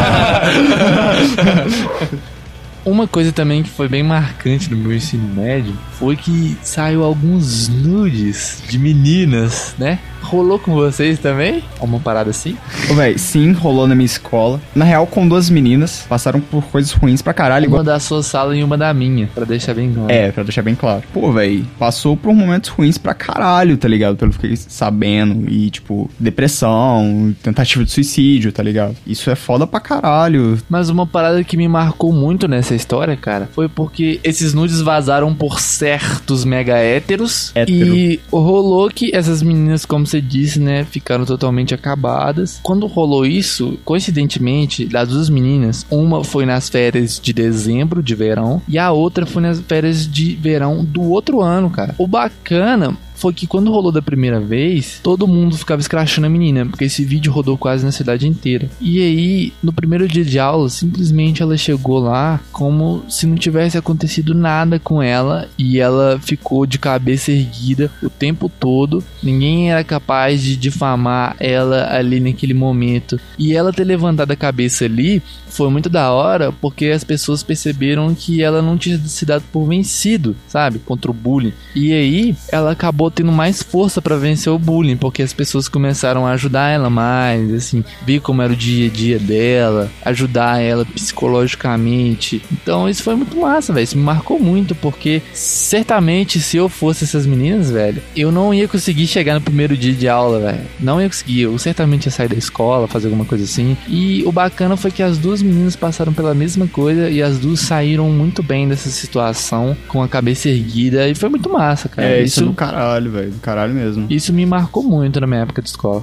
Uma coisa também que foi bem marcante no meu ensino médio foi que saiu alguns nudes de meninas, né? Rolou com vocês também? Uma parada assim? Ô, véi, sim, rolou na minha escola. Na real, com duas meninas, passaram por coisas ruins pra caralho. Uma Igual... da sua sala e uma da minha, pra deixar bem claro. É, pra deixar bem claro. Pô, véi, passou por momentos ruins pra caralho, tá ligado? Pelo que eu fiquei sabendo. E, tipo, depressão, tentativa de suicídio, tá ligado? Isso é foda pra caralho. Mas uma parada que me marcou muito nessa história, cara, foi porque esses nudes vazaram por certos mega héteros. Hétero. E rolou que essas meninas, como você disse, né, ficaram totalmente acabadas. Quando rolou isso, coincidentemente, das duas meninas, uma foi nas férias de dezembro, de verão, e a outra foi nas férias de verão do outro ano, cara. O bacana foi que quando rolou da primeira vez, todo mundo ficava escrachando a menina, porque esse vídeo rodou quase na cidade inteira. E aí, no primeiro dia de aula, simplesmente ela chegou lá como se não tivesse acontecido nada com ela, e ela ficou de cabeça erguida o tempo todo. Ninguém era capaz de difamar ela ali naquele momento. E ela ter levantado a cabeça ali foi muito da hora, porque as pessoas perceberam que ela não tinha se dado por vencido, sabe? Contra o bullying. E aí, ela acabou tendo mais força pra vencer o bullying, porque as pessoas começaram a ajudar ela mais, assim, ver como era o dia a dia dela, ajudar ela psicologicamente. Então isso foi muito massa, velho. Isso me marcou muito, porque certamente se eu fosse essas meninas, velho, eu não ia conseguir chegar no primeiro dia de aula, velho. Não ia conseguir. Eu certamente ia sair da escola, fazer alguma coisa assim. E o bacana foi que as duas meninas passaram pela mesma coisa e as duas saíram muito bem dessa situação, com a cabeça erguida, e foi muito massa, cara. É, isso é do caralho, velho. Do caralho mesmo. Isso me marcou muito na minha época de escola.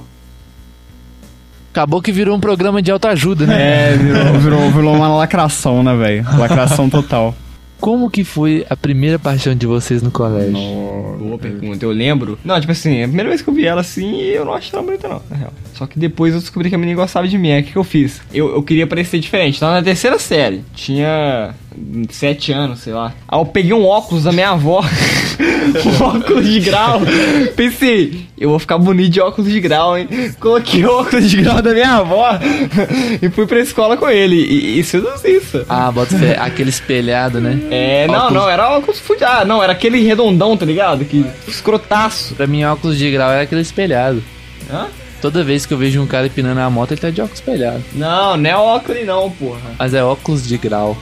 Acabou que virou um programa de autoajuda, né? É, virou, virou, virou uma lacração, né, velho? Lacração total. Como que foi a primeira paixão de vocês no colégio? Boa pergunta, eu lembro. Não, tipo assim, a primeira vez que eu vi ela assim, eu não achei ela bonita não, na real. Só que depois eu descobri que a menina gostava de mim. Aí o que, que eu fiz? Eu, eu queria parecer diferente. Tava na terceira série. Tinha sete anos, sei lá. Aí eu peguei um óculos da minha avó. Um óculos de grau. Pensei, eu vou ficar bonito de óculos de grau, hein? Coloquei o óculos de grau da minha avó e fui pra escola com ele. E, e seduzi isso. Ah, bota fé, aquele espelhado, né? É, não, Óculos- não, era óculos fudido. Ah, não, era aquele redondão, tá ligado? Que escrotaço. Pra mim, óculos de grau era aquele espelhado. Hã? Toda vez que eu vejo um cara empinando a moto, ele tá de óculos espelhado. Não, não é óculos não, porra. Mas é óculos de grau.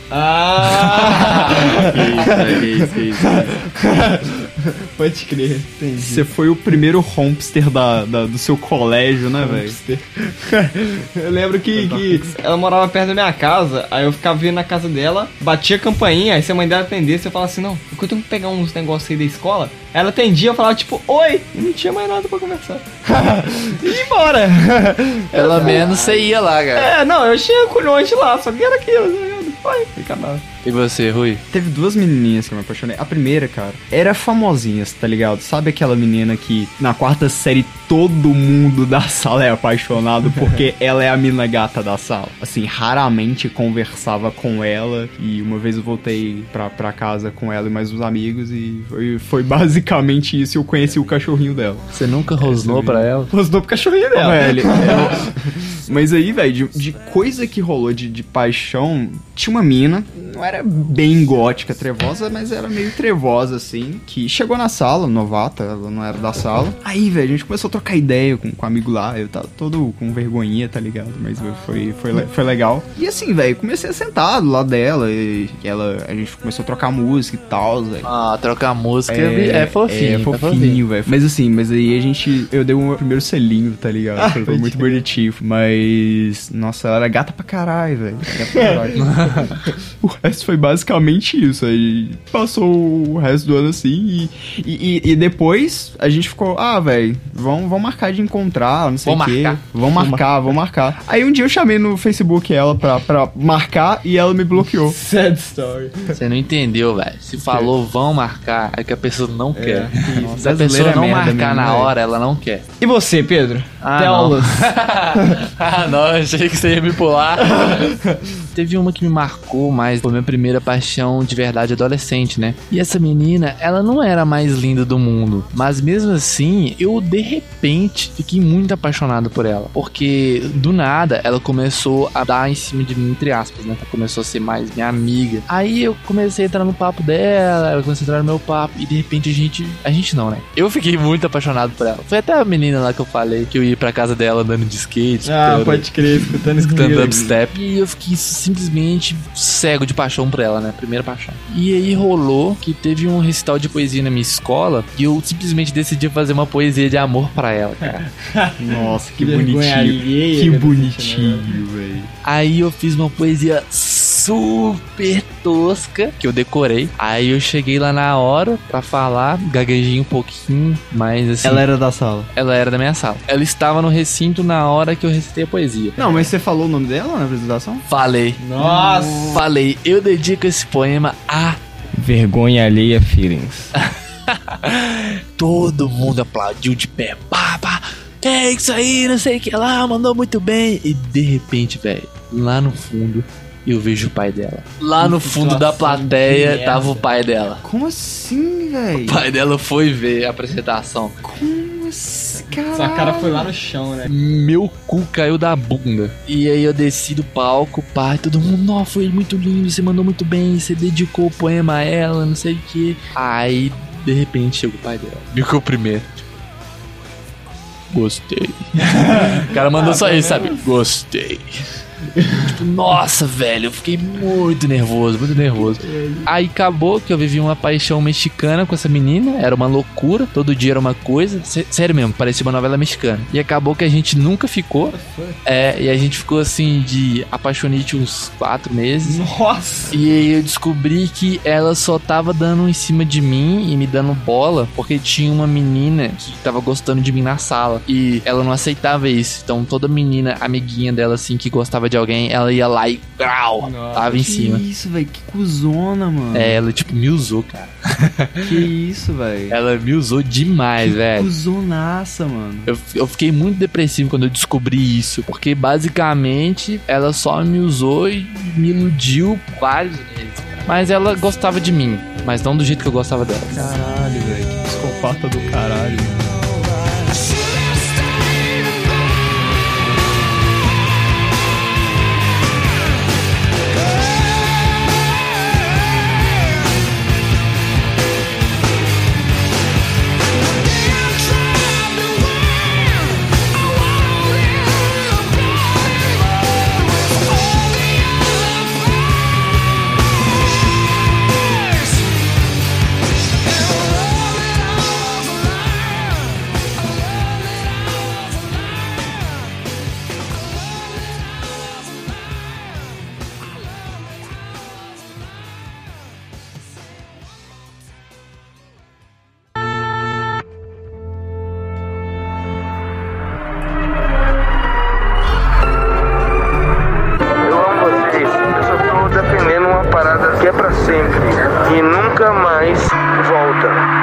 Ah! Isso, isso, isso. Pode crer, entendi. Você foi o primeiro hompster da, da- do seu colégio, né, velho? Eu lembro que, que ela morava perto da minha casa, aí eu ficava vindo na casa dela, batia a campainha, aí se a mãe dela atendesse, eu falava assim, não, eu tenho que pegar uns negócios aí da escola. Ela atendia, eu falava tipo, oi, e não tinha mais nada pra conversar. E ia embora. Pelo menos você ia lá, cara. É, não, eu tinha culhões lá, só que era aquilo, tá ligado? foi, fica nada. E você, Rui? Teve duas menininhas que eu me apaixonei. A primeira, cara, era famosinhas, tá ligado? Sabe aquela menina que na quarta série todo mundo da sala é apaixonado porque ela é a mina gata da sala? Assim, raramente conversava com ela e uma vez eu voltei pra, pra casa com ela e mais uns amigos e foi, foi basicamente isso. Eu conheci o cachorrinho dela. Você nunca rosnou pra ela? Rosnou pro cachorrinho dela. Velho, eu... Mas aí, velho, de, de coisa que rolou de, de paixão, tinha uma mina, não era bem gótica, trevosa, mas era meio trevosa, assim, que chegou na sala, novata, ela não era da sala. Aí, velho, a gente começou a trocar ideia com, com um amigo lá, eu tava todo com vergonhinha, tá ligado? Mas foi, foi, foi legal. E assim, velho, comecei a sentar do lado dela e ela, a gente começou a trocar música e tal, velho. Ah, trocar música é, é fofinho. É fofinho, velho. Mas assim, mas aí a gente, eu dei o meu primeiro selinho, tá ligado? Ah, foi muito bonitinho, mas, nossa, ela era gata pra caralho, velho. Gata pra caralho. O resto foi basicamente isso. Aí passou o resto do ano assim e, e, e depois a gente ficou, ah, velho, vamos, vamos marcar de encontrar, não sei o quê. Vamos marcar, vamos marcar. Aí um dia eu chamei no Facebook ela pra, pra marcar e ela me bloqueou. Sad story. Você não entendeu, velho. Se falou vão marcar, é que a pessoa não quer. Nossa, Se a pessoa não merda marcar mesmo, na véio. hora, ela não quer. E você, Pedro? Ah, Tell-us. Ah, não, achei que você ia me pular. Teve uma que me marcou mais, foi minha primeira paixão de verdade adolescente, né? E essa menina, ela não era a mais linda do mundo, mas mesmo assim, eu de repente fiquei muito apaixonado por ela, porque do nada ela começou a dar em cima de mim, entre aspas, né? Ela começou a ser mais minha amiga. Aí eu comecei a entrar no papo dela, ela começou a entrar no meu papo e de repente a gente, a gente não, né? Eu fiquei muito apaixonado por ela. Foi até a menina lá que eu falei que eu ia pra casa dela andando de skate, Ah, escutando- pode crer, escutando escutando escutando dubstep. E eu fiquei simplesmente cego de paixão por ela, né? Primeira paixão. E aí rolou que teve um recital de poesia na minha escola e eu simplesmente decidi fazer uma poesia de amor pra ela, cara. Nossa, que Vergonha bonitinho. alheia, Que cara, bonitinho, velho. Aí eu fiz uma poesia super tosca que eu decorei. Aí eu cheguei lá na hora pra falar, gaguejei um pouquinho, mas assim... Ela era da sala. ela era da minha sala. Ela estava no recinto na hora que eu recitei a poesia. Não, mas você falou o nome dela na apresentação? Falei. Nossa! Falei. Eu dedico esse poema a... Vergonha alheia feelings. Todo mundo aplaudiu de pé. Pá, pá. Que é isso aí, não sei o que lá, mandou muito bem. E de repente, velho, lá no fundo, eu vejo o pai dela. Lá no fundo da plateia tava o pai dela. Como assim, velho? O pai dela foi ver a apresentação. Como assim, cara? Essa cara foi lá no chão, né? Meu cu caiu da bunda. E aí eu desci do palco, pai, todo mundo, não, foi muito lindo, você mandou muito bem, você dedicou o poema a ela, não sei o que. Aí, de repente, chegou o pai dela. Ficou primeiro. Gostei. O cara mandou só isso, sabe? Gostei. Tipo, nossa, velho, eu fiquei muito nervoso, muito nervoso. Aí acabou que eu vivi uma paixão mexicana com essa menina, era uma loucura, todo dia era uma coisa, sé- sério mesmo, parecia uma novela mexicana. E acabou que a gente nunca ficou, é, e a gente ficou assim de apaixonite uns quatro meses. Nossa! E aí eu descobri que ela só tava dando em cima de mim e me dando bola porque tinha uma menina que tava gostando de mim na sala. E ela não aceitava isso. Então toda menina, amiguinha dela assim, que gostava de alguém, ela ia lá e grau, tava em Que cima. isso, velho? Que cuzona, mano. É, ela tipo me usou, cara. Que isso, velho? Ela me usou demais, velho. Cuzonaça, mano. Eu, eu fiquei muito depressivo quando eu descobri isso, porque basicamente ela só me usou e me iludiu vários meses. Mas ela gostava de mim, mas não do jeito que eu gostava dela. Caralho, velho. Que psicopata do caralho. sempre e nunca mais volta.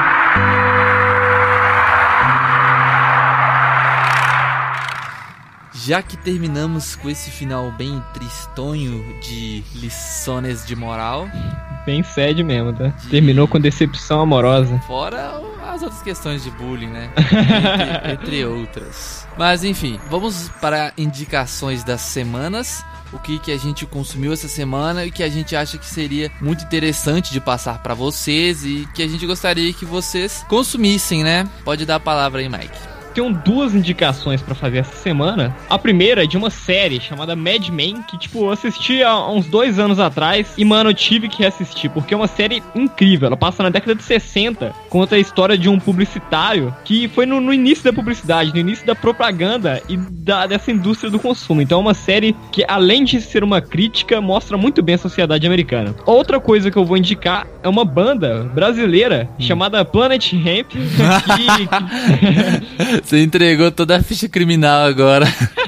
Já que terminamos com esse final bem tristonho de lições de moral, Bem sad mesmo, tá? Terminou com decepção amorosa. fora as outras questões de bullying, né? entre, entre outras. Mas enfim, vamos para indicações das semanas. O que, que a gente consumiu essa semana e que a gente acha que seria muito interessante de passar pra vocês e que a gente gostaria que vocês consumissem, né? Pode dar a palavra aí, Mike. Tenho duas indicações pra fazer essa semana. A primeira é de uma série chamada Mad Men, que, tipo, eu assisti há uns dois anos atrás e, mano, eu tive que reassistir, porque é uma série incrível. Ela passa na década de sessenta, conta a história de um publicitário que foi no, no início da publicidade, no início da propaganda e da, dessa indústria do consumo. Então é uma série que, além de ser uma crítica, mostra muito bem a sociedade americana. Outra coisa que eu vou indicar é uma banda brasileira chamada Planet Hemp, que... Você entregou toda a ficha criminal agora.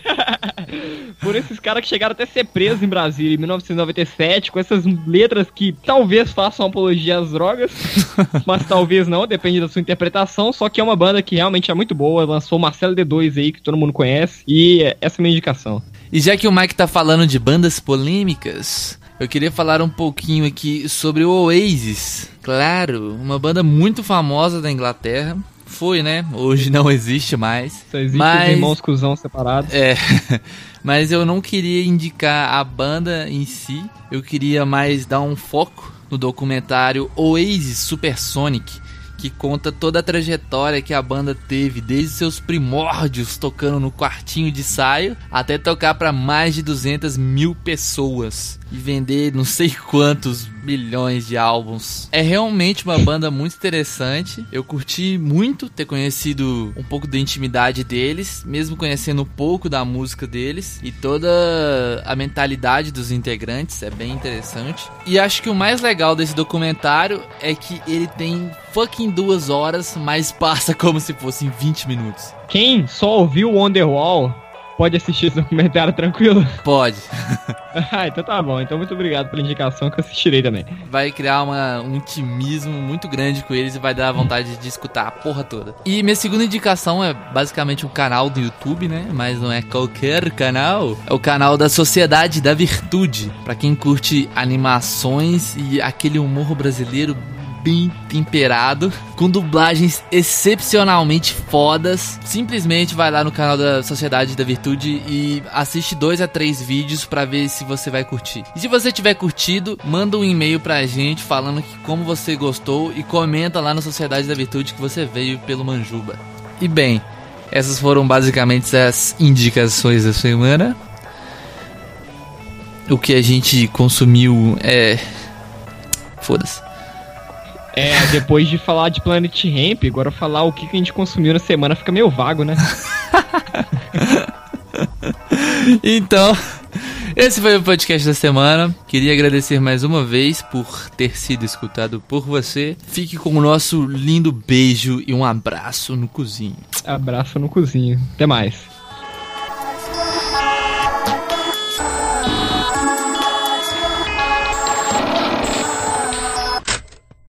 Por esses caras que chegaram até a ser presos em Brasília em mil novecentos e noventa e sete, com essas letras que talvez façam apologia às drogas, mas talvez não, depende da sua interpretação. Só que é uma banda que realmente é muito boa, lançou o Marcelo D dois aí, que todo mundo conhece, e essa é a minha indicação. E já que o Mike tá falando de bandas polêmicas, eu queria falar um pouquinho aqui sobre o Oasis. Claro, uma banda muito famosa da Inglaterra. Foi, né? Hoje não existe mais. Só existe mas... os irmãos cuzão separados. É, mas eu não queria indicar a banda em si. Eu queria mais dar um foco no documentário Oasis Supersonic, que conta toda a trajetória que a banda teve desde seus primórdios tocando no quartinho de ensaio até tocar para mais de duzentas mil pessoas e vender não sei quantos milhões de álbuns. É realmente uma banda muito interessante. Eu curti muito ter conhecido um pouco da intimidade deles, mesmo conhecendo um pouco da música deles e toda a mentalidade dos integrantes. É bem interessante. E acho que o mais legal desse documentário é que ele tem fucking duas horas, mas passa como se fossem vinte minutos. Quem só ouviu o Wonderwall pode assistir esse documentário tranquilo? Pode. Ah, então tá bom. Então muito obrigado pela indicação, que eu assistirei também. Vai criar uma, um intimismo muito grande com eles e vai dar vontade de escutar a porra toda. E minha segunda indicação é basicamente um canal do YouTube, né? Mas não é qualquer canal. É o canal da Sociedade da Virtude. Pra quem curte animações e aquele humor brasileiro bem temperado, com dublagens excepcionalmente fodas. Simplesmente vai lá no canal da Sociedade da Virtude e assiste dois a três vídeos pra ver se você vai curtir. E se você tiver curtido, manda um e-mail pra gente falando que como você gostou e comenta lá na Sociedade da Virtude que você veio pelo Manjuba. E bem, essas foram basicamente as indicações da semana. O que a gente consumiu é... foda-se. É, depois de falar de Planet Hemp, agora falar o que a gente consumiu na semana fica meio vago, né? Então, esse foi o podcast da semana. Queria agradecer mais uma vez por ter sido escutado por você. Fique com o nosso lindo beijo e um abraço no cozinho. Abraço no cozinho. Até mais.